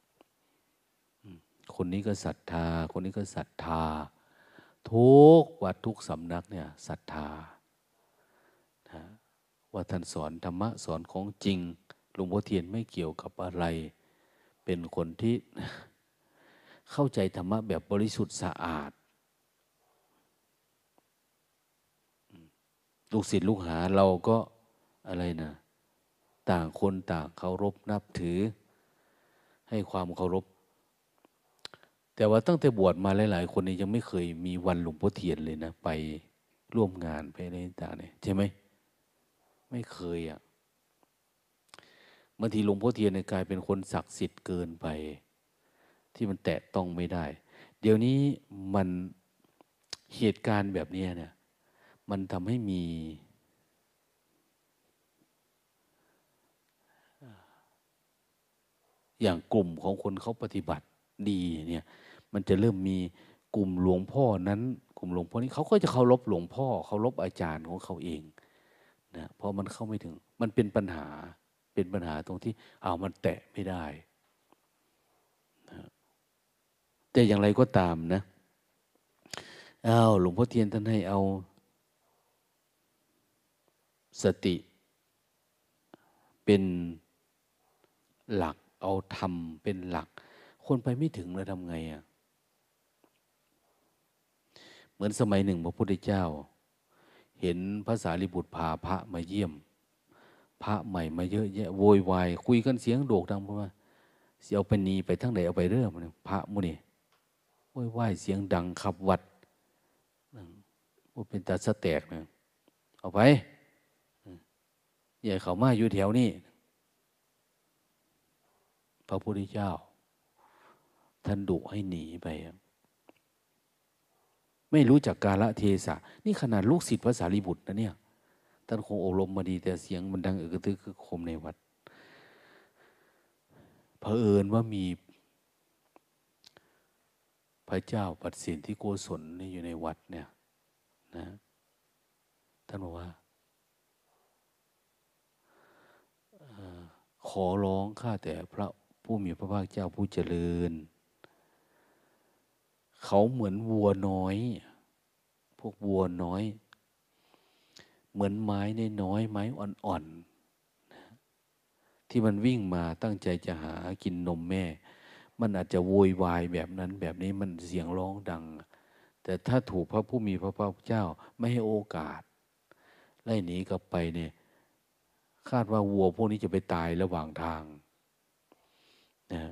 คนนี้ก็ศรัทธาคนนี้ก็ศรัทธาทุกวัดทุกสำนักเนี่ยศรัทธานะว่าท่านสอนธรรมะสอนของจริงหลวงพ่อเทียนไม่เกี่ยวกับอะไรเป็นคนที่เข้าใจธรรมะแบบบริสุทธิ์สะอาดลูกศิษย์ลูกหาเราก็อะไรนะต่างคนต่างเคารพนับถือให้ความเคารพแต่ว่าตั้งแต่บวชมาหลายๆคนนี้ยังไม่เคยมีวันหลวงพ่อเทียนเลยนะไปร่วมงานไปอะไรต่างๆเนี่ยใช่ไหมไม่เคยอ่ะบางทีหลวงพ่อเทียนเนี่ยกลายเป็นคนศักดิ์สิทธิ์เกินไปที่มันแตะต้องไม่ได้เดี๋ยวนี้มันเหตุการณ์แบบนี้เนี่ยมันทำให้มีอย่างกลุ่มของคนเขาปฏิบัติดีเนี่ยมันจะเริ่มมีกลุ่มหลวงพ่อนั้นกลุ่มหลวงพ่อนี้เขาก็จะเคารพหลวงพ่อเคารพอาจารย์ของเขาเองนะเพราะมันเข้าไม่ถึงมันเป็นปัญหาเป็นปัญหาตรงที่เอามันแตะไม่ได้นะแต่อย่างไรก็ตามนะอ้าวหลวงพ่อเทียนท่านให้เอาสติเป็นหลักเอาธรรมเป็นหลักคนไปไม่ถึงแล้วทำไงอ่ะเหมือนสมัยหนึ่งพระพุทธเจ้าเห็นพระสารีบุตรพาพระมาเยี่ยมพระใหม่มาเยอะแยะโวยวายคุยกันเสียงโด่งดังเพราะว่าเสียเอาไปนีไปทั้งไหนเอาไปเรื่อยมันพระมุนี่โวยวายเสียงดังขับวัดว่าเป็นตาสะแตกนะเอาไปอย่าเขามาอยู่แถวนี้พระพุทธเจ้าท่านดุให้หนีไปไม่รู้จักกาลเทศะนี่ขนาดลูกศิษย์พระสารีบุตรนะเนี่ยท่านคงอบรมมาดีแต่เสียงมันดังอึกระทึกคือโคมในวัดเผอิญว่ามีพระเจ้าปัดสินที่โกศลนี่อยู่ในวัดเนี่ยนะท่านบอกว่าขอร้องข้าแต่พระผู้มีพระภาคเจ้าผู้เจริญเขาเหมือนวัวน้อยพวกวัวน้อยเหมือนไม้น้อยไม้อ่อนๆที่มันวิ่งมาตั้งใจจะหากินนมแม่มันอาจจะโวยวายแบบนั้นแบบนี้มันเสียงร้องดังแต่ถ้าถูกพระผู้มีพระภาคเจ้าไม่ให้โอกาสไล่หนีกลับไปเนี่ยคาดว่าวัวพวกนี้จะไปตายระหว่างทางนะ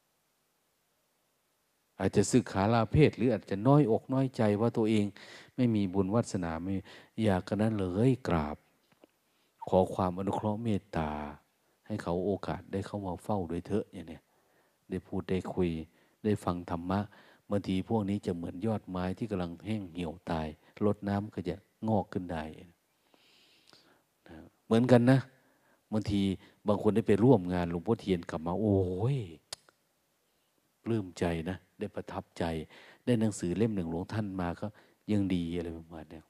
อาจจะสึกขาลาเพศหรืออาจจะน้อยอกน้อยใจว่าตัวเองไม่มีบุญวาสนาไม่อยากกันนั้นเลยกราบขอความอนุเคราะห์เมตตาให้เขาโอกาสได้เข้ามาเฝ้าโดยเถอะอย่างเนี้ยได้พูดได้คุยได้ฟังธรรมะบางทีพวกนี้จะเหมือนยอดไม้ที่กำลังแห้งเหี่ยวตายรดน้ำก็จะงอกขึ้นได้นะเหมือนกันนะบางทีบางคนได้ไปร่วมงานหลวงพ่อเทียนกลับมาโอ้ยปลื้มใจนะได้ประทับใจได้หนังสือเล่มหนึ่งหลวงท่านมาก็ยังดีอะไรประมาณนี้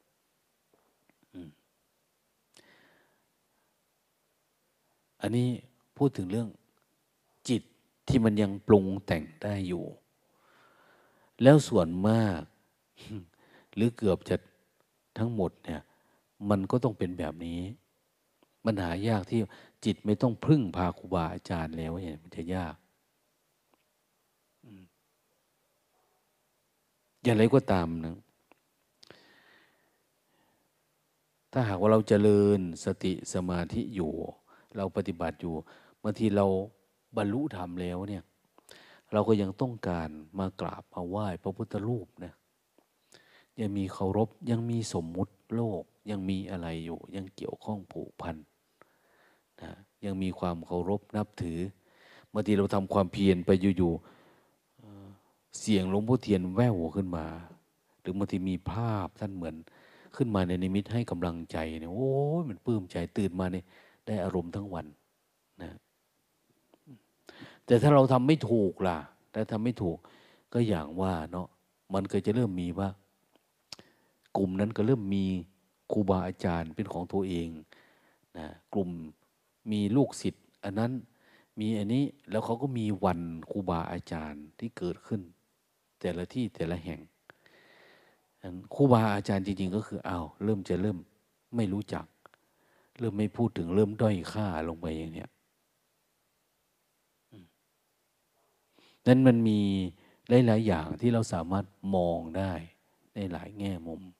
อันนี้พูดถึงเรื่องจิตที่มันยังปรุงแต่งได้อยู่แล้วส่วนมากหรือเกือบจะทั้งหมดเนี่ยมันก็ต้องเป็นแบบนี้มันหายากที่จิตไม่ต้องพึ่งพาครูบาอาจารย์แล้วเนี่ยมันจะยากอย่างไรก็ตามนะถ้าหากว่าเราเจริญสติสมาธิอยู่เราปฏิบัติอยู่บางทีเราบรรลุธรรมแล้วเนี่ยเราก็ยังต้องการมากราบมาไหว้พระพุทธรูปนะยังมีเคารพยังมีสมมุติโลกยังมีอะไรอยู่ยังเกี่ยวข้องผูกพันนะยังมีความเคารพนับถือบางทีเราทำความเพียรไปอยู่ๆเสียงหลวงพ่อเทียนแว่วขึ้นมาหรือบางทีมีภาพท่านเหมือนขึ้นมาในนิมิตให้กำลังใจเนี่ยโอ้ยมันปลื้มใจตื่นมาเนี่ยได้อารมณ์ทั้งวันนะแต่ถ้าเราทำไม่ถูกล่ะถ้าทำไม่ถูกก็อย่างว่าเนาะมันก็จะเริ่มมีว่ากลุ่มนั้นก็เริ่มมีครูบาอาจารย์เป็นของตัวเองนะกลุ่มมีลูกศิษย์อันนั้นมีอันนี้แล้วเขาก็มีวันครูบาอาจารย์ที่เกิดขึ้นแต่ละที่แต่ละแห่งครูบาอาจารย์จริงๆก็คืออ้าวเริ่มจะเริ่มไม่รู้จักเริ่มไม่พูดถึงเริ่มด้อยค่าลงไปอย่างเนี้ยนั้นมันมีหลายๆอย่างที่เราสามารถมองได้ในหลายแง่มุม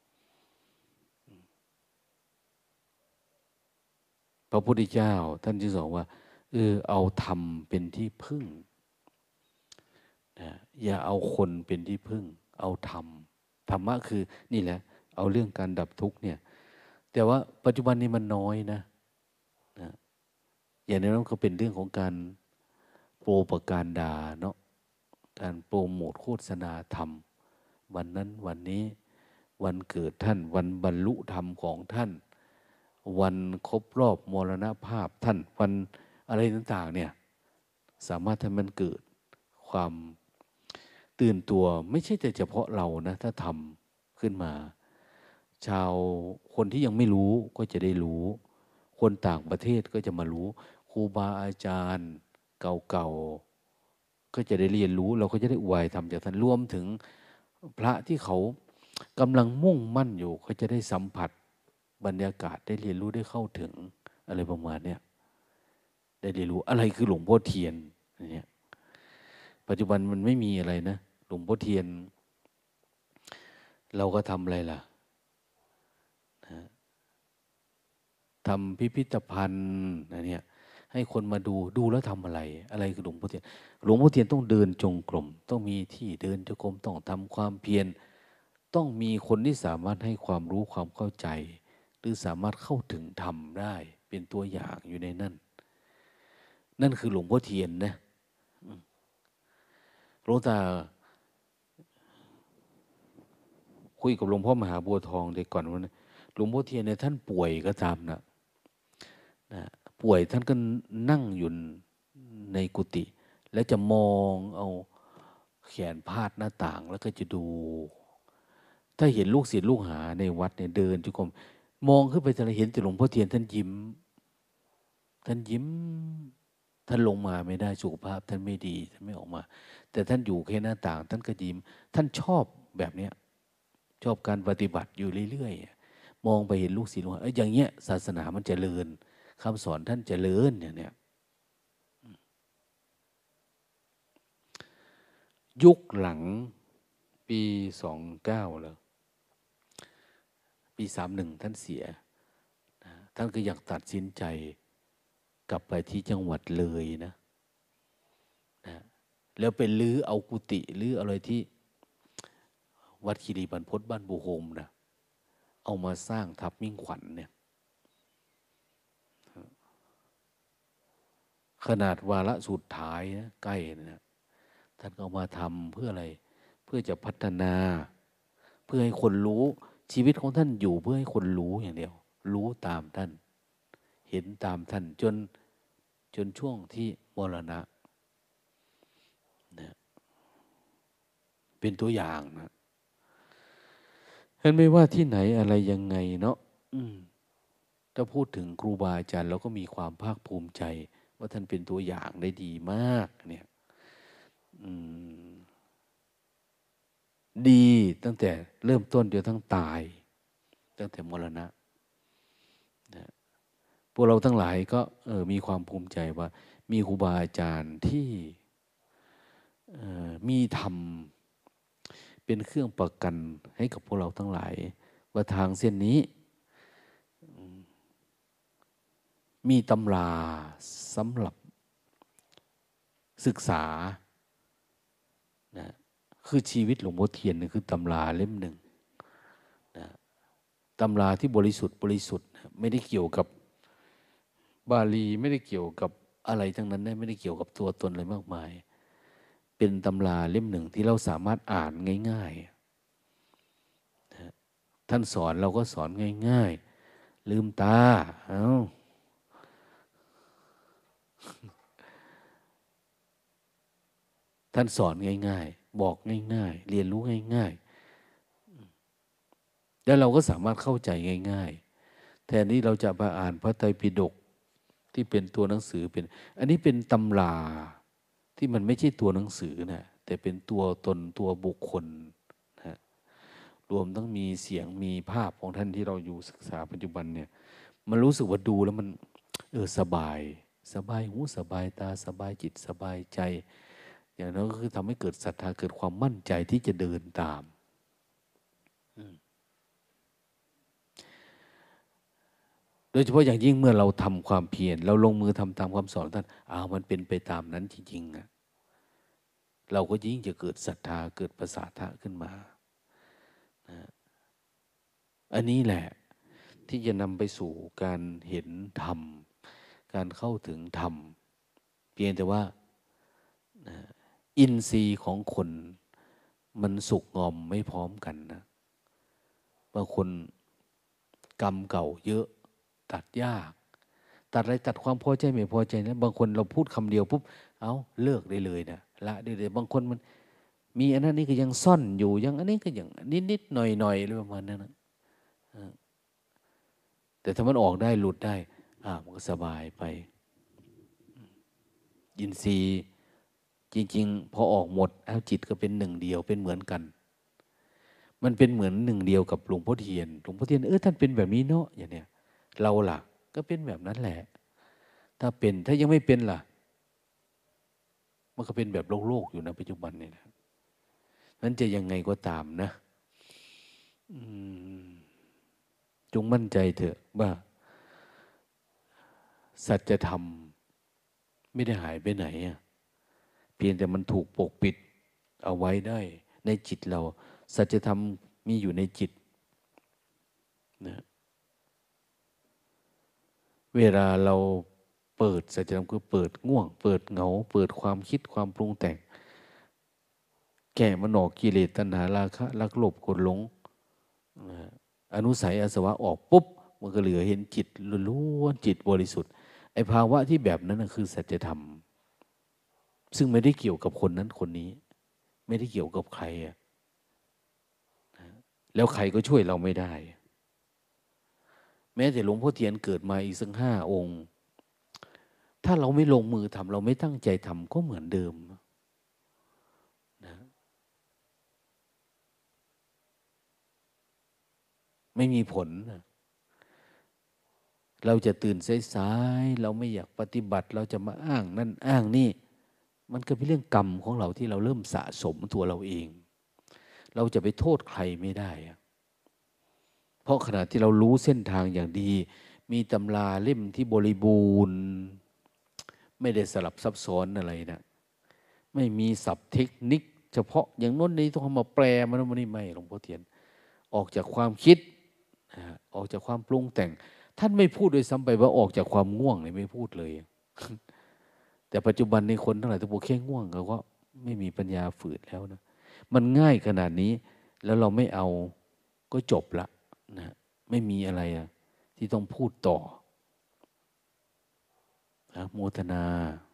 พระพุทธเจ้าท่านจึงสอนว่าเออเอาธรรมเป็นที่พึ่งนะอย่าเอาคนเป็นที่พึ่งเอาธรรมธรรมะคือนี่แหละเอาเรื่องการดับทุกข์เนี่ยแต่ว่าปัจจุบันนี้มันน้อยนะนะอย่างนั้นก็เป็นเรื่องของการโปรปการดาเนาะการโปรโมทโฆษณาธรรมวันนั้นวันนี้วันเกิดท่านวันบรรลุธรรมของท่านวันครบรอบมรณภาพท่านวันอะไรต่างๆเนี่ยสามารถทำมันเกิดความตื่นตัวไม่ใช่แต่เฉพาะเรานะถ้าทำขึ้นมาชาวคนที่ยังไม่รู้ก็จะได้รู้คนต่างประเทศก็จะมารู้ครูบาอาจารย์เก่าๆก็จะได้เรียนรู้เราก็จะได้อวยทำจากท่านรวมถึงพระที่เขากำลังมุ่งมั่นอยู่เขาจะได้สัมผัสบรรยากาศได้เรียนรู้ได้เข้าถึงอะไรประมาณเนี้ยได้เรียนรู้อะไรคือหลวงพ่อเทียนเนี่ยปัจจุบันมันไม่มีอะไรนะหลวงพ่อเทียนเราก็ทำอะไรล่ะนะทำพิพิธภัณฑ์นะเนี่ยให้คนมาดูดูแล้วทำอะไรอะไรคือหลวงพ่อเทียนหลวงพ่อเทียนต้องเดินจงกรมต้องมีที่เดินจงกรมต้องทำความเพียรต้องมีคนที่สามารถให้ความรู้ความเข้าใจหรือสามารถเข้าถึงธรรมได้เป็นตัวอย่างอยู่ในนั่นนั่นคือหลวงพ่อเทียนนะหลลวงตาคุยกับหลวงพ่อมหาบัวทองเด็กก่อนวันนี้หลวงพ่อเทียนเนี่ยท่านป่วยก็ตามนะนะป่วยท่านก็นั่งอยู่ในกุฏิแล้วจะมองเอาแขนพาดหน้าต่างแล้วก็จะดู ถ้าเห็นลูกศิษย์ลูกหาในวัดเนี่ยเดินจุกรมมองขึ้นไปจะเห็นแต่หลวงพ่อเทียนท่านยิ้มท่านยิ้มท่านลงมาไม่ได้สุขภาพท่านไม่ดีท่านไม่ออกมา แต่ท่านอยู่แค่หน้าต่างท่านก็ยิ้มท่านชอบแบบเนี้ยชอบการปฏิบัติอยู่เรื่อยๆมองไปเห็นลูกศิษย์ลูกหาเอ้ยอย่างเงี้ยศาสนามันจเจริญคำสอนท่านจเจริญเนี่ยเนี่ยยุคหลังปีสองเก้าแล้วปีสามหนึ่งท่านเสียนะท่านก็อยากตัดสินใจกลับไปที่จังหวัดเลยนะนะแล้วไปลื้อเอากุฏิลื้ออะไรที่วัดคีรีบรรพตบ้านบุโฮมนะเอามาสร้างทับมิ่งขวัญเนี่ยขนาดวาระสุดท้ายนะใกล้นะท่านก็มาทำเพื่ออะไรเพื่อจะพัฒนาเพื่อให้คนรู้ชีวิตของท่านอยู่เพื่อให้คนรู้อย่างเดียวรู้ตามท่านเห็นตามท่านจนจนช่วงที่มรณะนะเป็นตัวอย่างนะเห็นไหมว่าที่ไหนอะไรยังไงเนาะถ้าพูดถึงครูบาอาจารย์เราก็มีความภาคภูมิใจว่าท่านเป็นตัวอย่างได้ดีมากเนี่ยดีตั้งแต่เริ่มต้นจนทั้งตายตั้งแต่มรณะนะพวกเราทั้งหลายก็เออมีความภูมิใจว่ามีครูบาอาจารย์ที่มีธรรมเป็นเครื่องประกันให้กับพวกเราทั้งหลายว่าทางเส้นนี้มีตำราสำหรับศึกษานะคือชีวิตหลวงพ่อเทียนนี่คือตำราเล่มหนึ่งนะตำราที่บริสุทธิ์บริสุทธิ์ไม่ได้เกี่ยวกับบาลีไม่ได้เกี่ยวกับอะไรทั้งนั้นไม่ได้เกี่ยวกับตัวตนอะไรมากมายเป็นตำราเล่มหนึ่งที่เราสามารถอ่านง่ายๆนะท่านสอนเราก็สอนง่ายๆลืมตาเอาท่านสอนง่ายๆบอกง่ายๆเรียนรู้ง่ายๆแล้วเราก็สามารถเข้าใจง่ายๆแทนที่เราจะมาอ่านพระไตรปิฎกที่เป็นตัวหนังสือเป็นอันนี้เป็นตำราที่มันไม่ใช่ตัวหนังสือนะแต่เป็นตัวตนตัวบุคคลนะรวมทั้งมีเสียงมีภาพของท่านที่เราอยู่ศึกษาปัจจุบันเนี่ยมันรู้สึกว่าดูแล้วมันเออสบายสบายหูสบายตาสบายจิตสบายใจอย่างนั้นก็คือทำให้เกิดศรัทธาเกิดความมั่นใจที่จะเดินตามโดยเฉพาะอย่างยิ่งเมื่อเราทำความเพียรเราลงมือทำตามคำสอนท่านอ้าวมันเป็นไปตามนั้นจริงๆนะเราก็ยิ่งจะเกิดศรัทธาเกิดประสาทะขึ้นมานะอันนี้แหละที่จะนำไปสู่การเห็นธรรมการเข้าถึงธรรมเพียงแต่ว่านะอินทรีย์ของคนมันสุกงอมไม่พร้อมกันนะบางคนกรรมเก่าเยอะตัดยากตัดอะไรตัดความพอใจไม่พอใจนะบางคนเราพูดคำเดียวปุ๊บเอาเลิกได้เลยนะละได้เลยบางคนมันมีอันนั้นนี่ก็ยังซ่อนอยู่ยังอันนี้ก็ยังนิดนิดหน่อยหน่อยอะไรประมาณนั้นนะแต่ถ้ามันออกได้หลุดได้อ่ามันก็สบายไปยินทรีย์จริงๆพอออกหมดแล้วจิตก็เป็นหนึ่งเดียวเป็นเหมือนกันมันเป็นเหมือนหนึ่งเดียวกับหลวงพ่อเทียนหลวงพ่อเทียนเออท่านเป็นแบบนี้เนาะอย่างเนี้ยเราล่ะก็เป็นแบบนั้นแหละถ้าเป็นถ้ายังไม่เป็นล่ะมันก็เป็นแบบโลกโลกอยู่นะปัจจุบันเนี่ยนะนั้นจะยังไงก็ตามนะจงมั่นใจเถอะว่าสัจธรรมไม่ได้หายไปไหนเพียงแต่มันถูกปกปิดเอาไว้ได้ในจิตเราสัจธรรมมีอยู่ในจิตนะเวลาเราเปิดสัจธรรมคือเปิดง่วงเปิดเหงาเปิดความคิดความปรุงแต่งแก่มันออกกิเลสตัณหาราคะรักโลภโกรธหลงนะอนุสัยอาสวะออกปุ๊บมันก็เหลือเห็นจิตล้วนๆจิตบริสุทธิ์ไอ้ภาวะที่แบบนั้นนะคือสัจธรรมซึ่งไม่ได้เกี่ยวกับคนนั้นคนนี้ไม่ได้เกี่ยวกับใครอะนะแล้วใครก็ช่วยเราไม่ได้แม้แต่หลวงพ่อเทียนเกิดมาอีกสักห้าองค์ถ้าเราไม่ลงมือทำเราไม่ตั้งใจทำก็เหมือนเดิมนะไม่มีผลนะเราจะตื่นสายๆเราไม่อยากปฏิบัติเราจะมาอ้างนั่นอ้างนี่มันก็เป็นเรื่องกรรมของเราที่เราเริ่มสะสมตัวเราเองเราจะไปโทษใครไม่ได้อะเพราะขณะที่เรารู้เส้นทางอย่างดีมีตำราเล่มที่บริบูรณ์ไม่ได้สลับซับซ้อนอะไรนะไม่มีศัพท์เทคนิคเฉพาะอย่างโน้นนี้ต้องเอามาแปลมันมันนี่ไม่หลวงพ่อเทียนออกจากความคิดนะฮะออกจากความปรุงแต่งท่านไม่พูดโดยซ้ำไปว่าออกจากความง่วงเลยไม่พูดเลยแต่ปัจจุบันในคนทั้งหลายทั้งปวงแค่ง่วงเขาก็ไม่มีปัญญาฝืดแล้วนะมันง่ายขนาดนี้แล้วเราไม่เอาก็จบละนะไม่มีอะไรอะที่ต้องพูดต่อนะโมทนา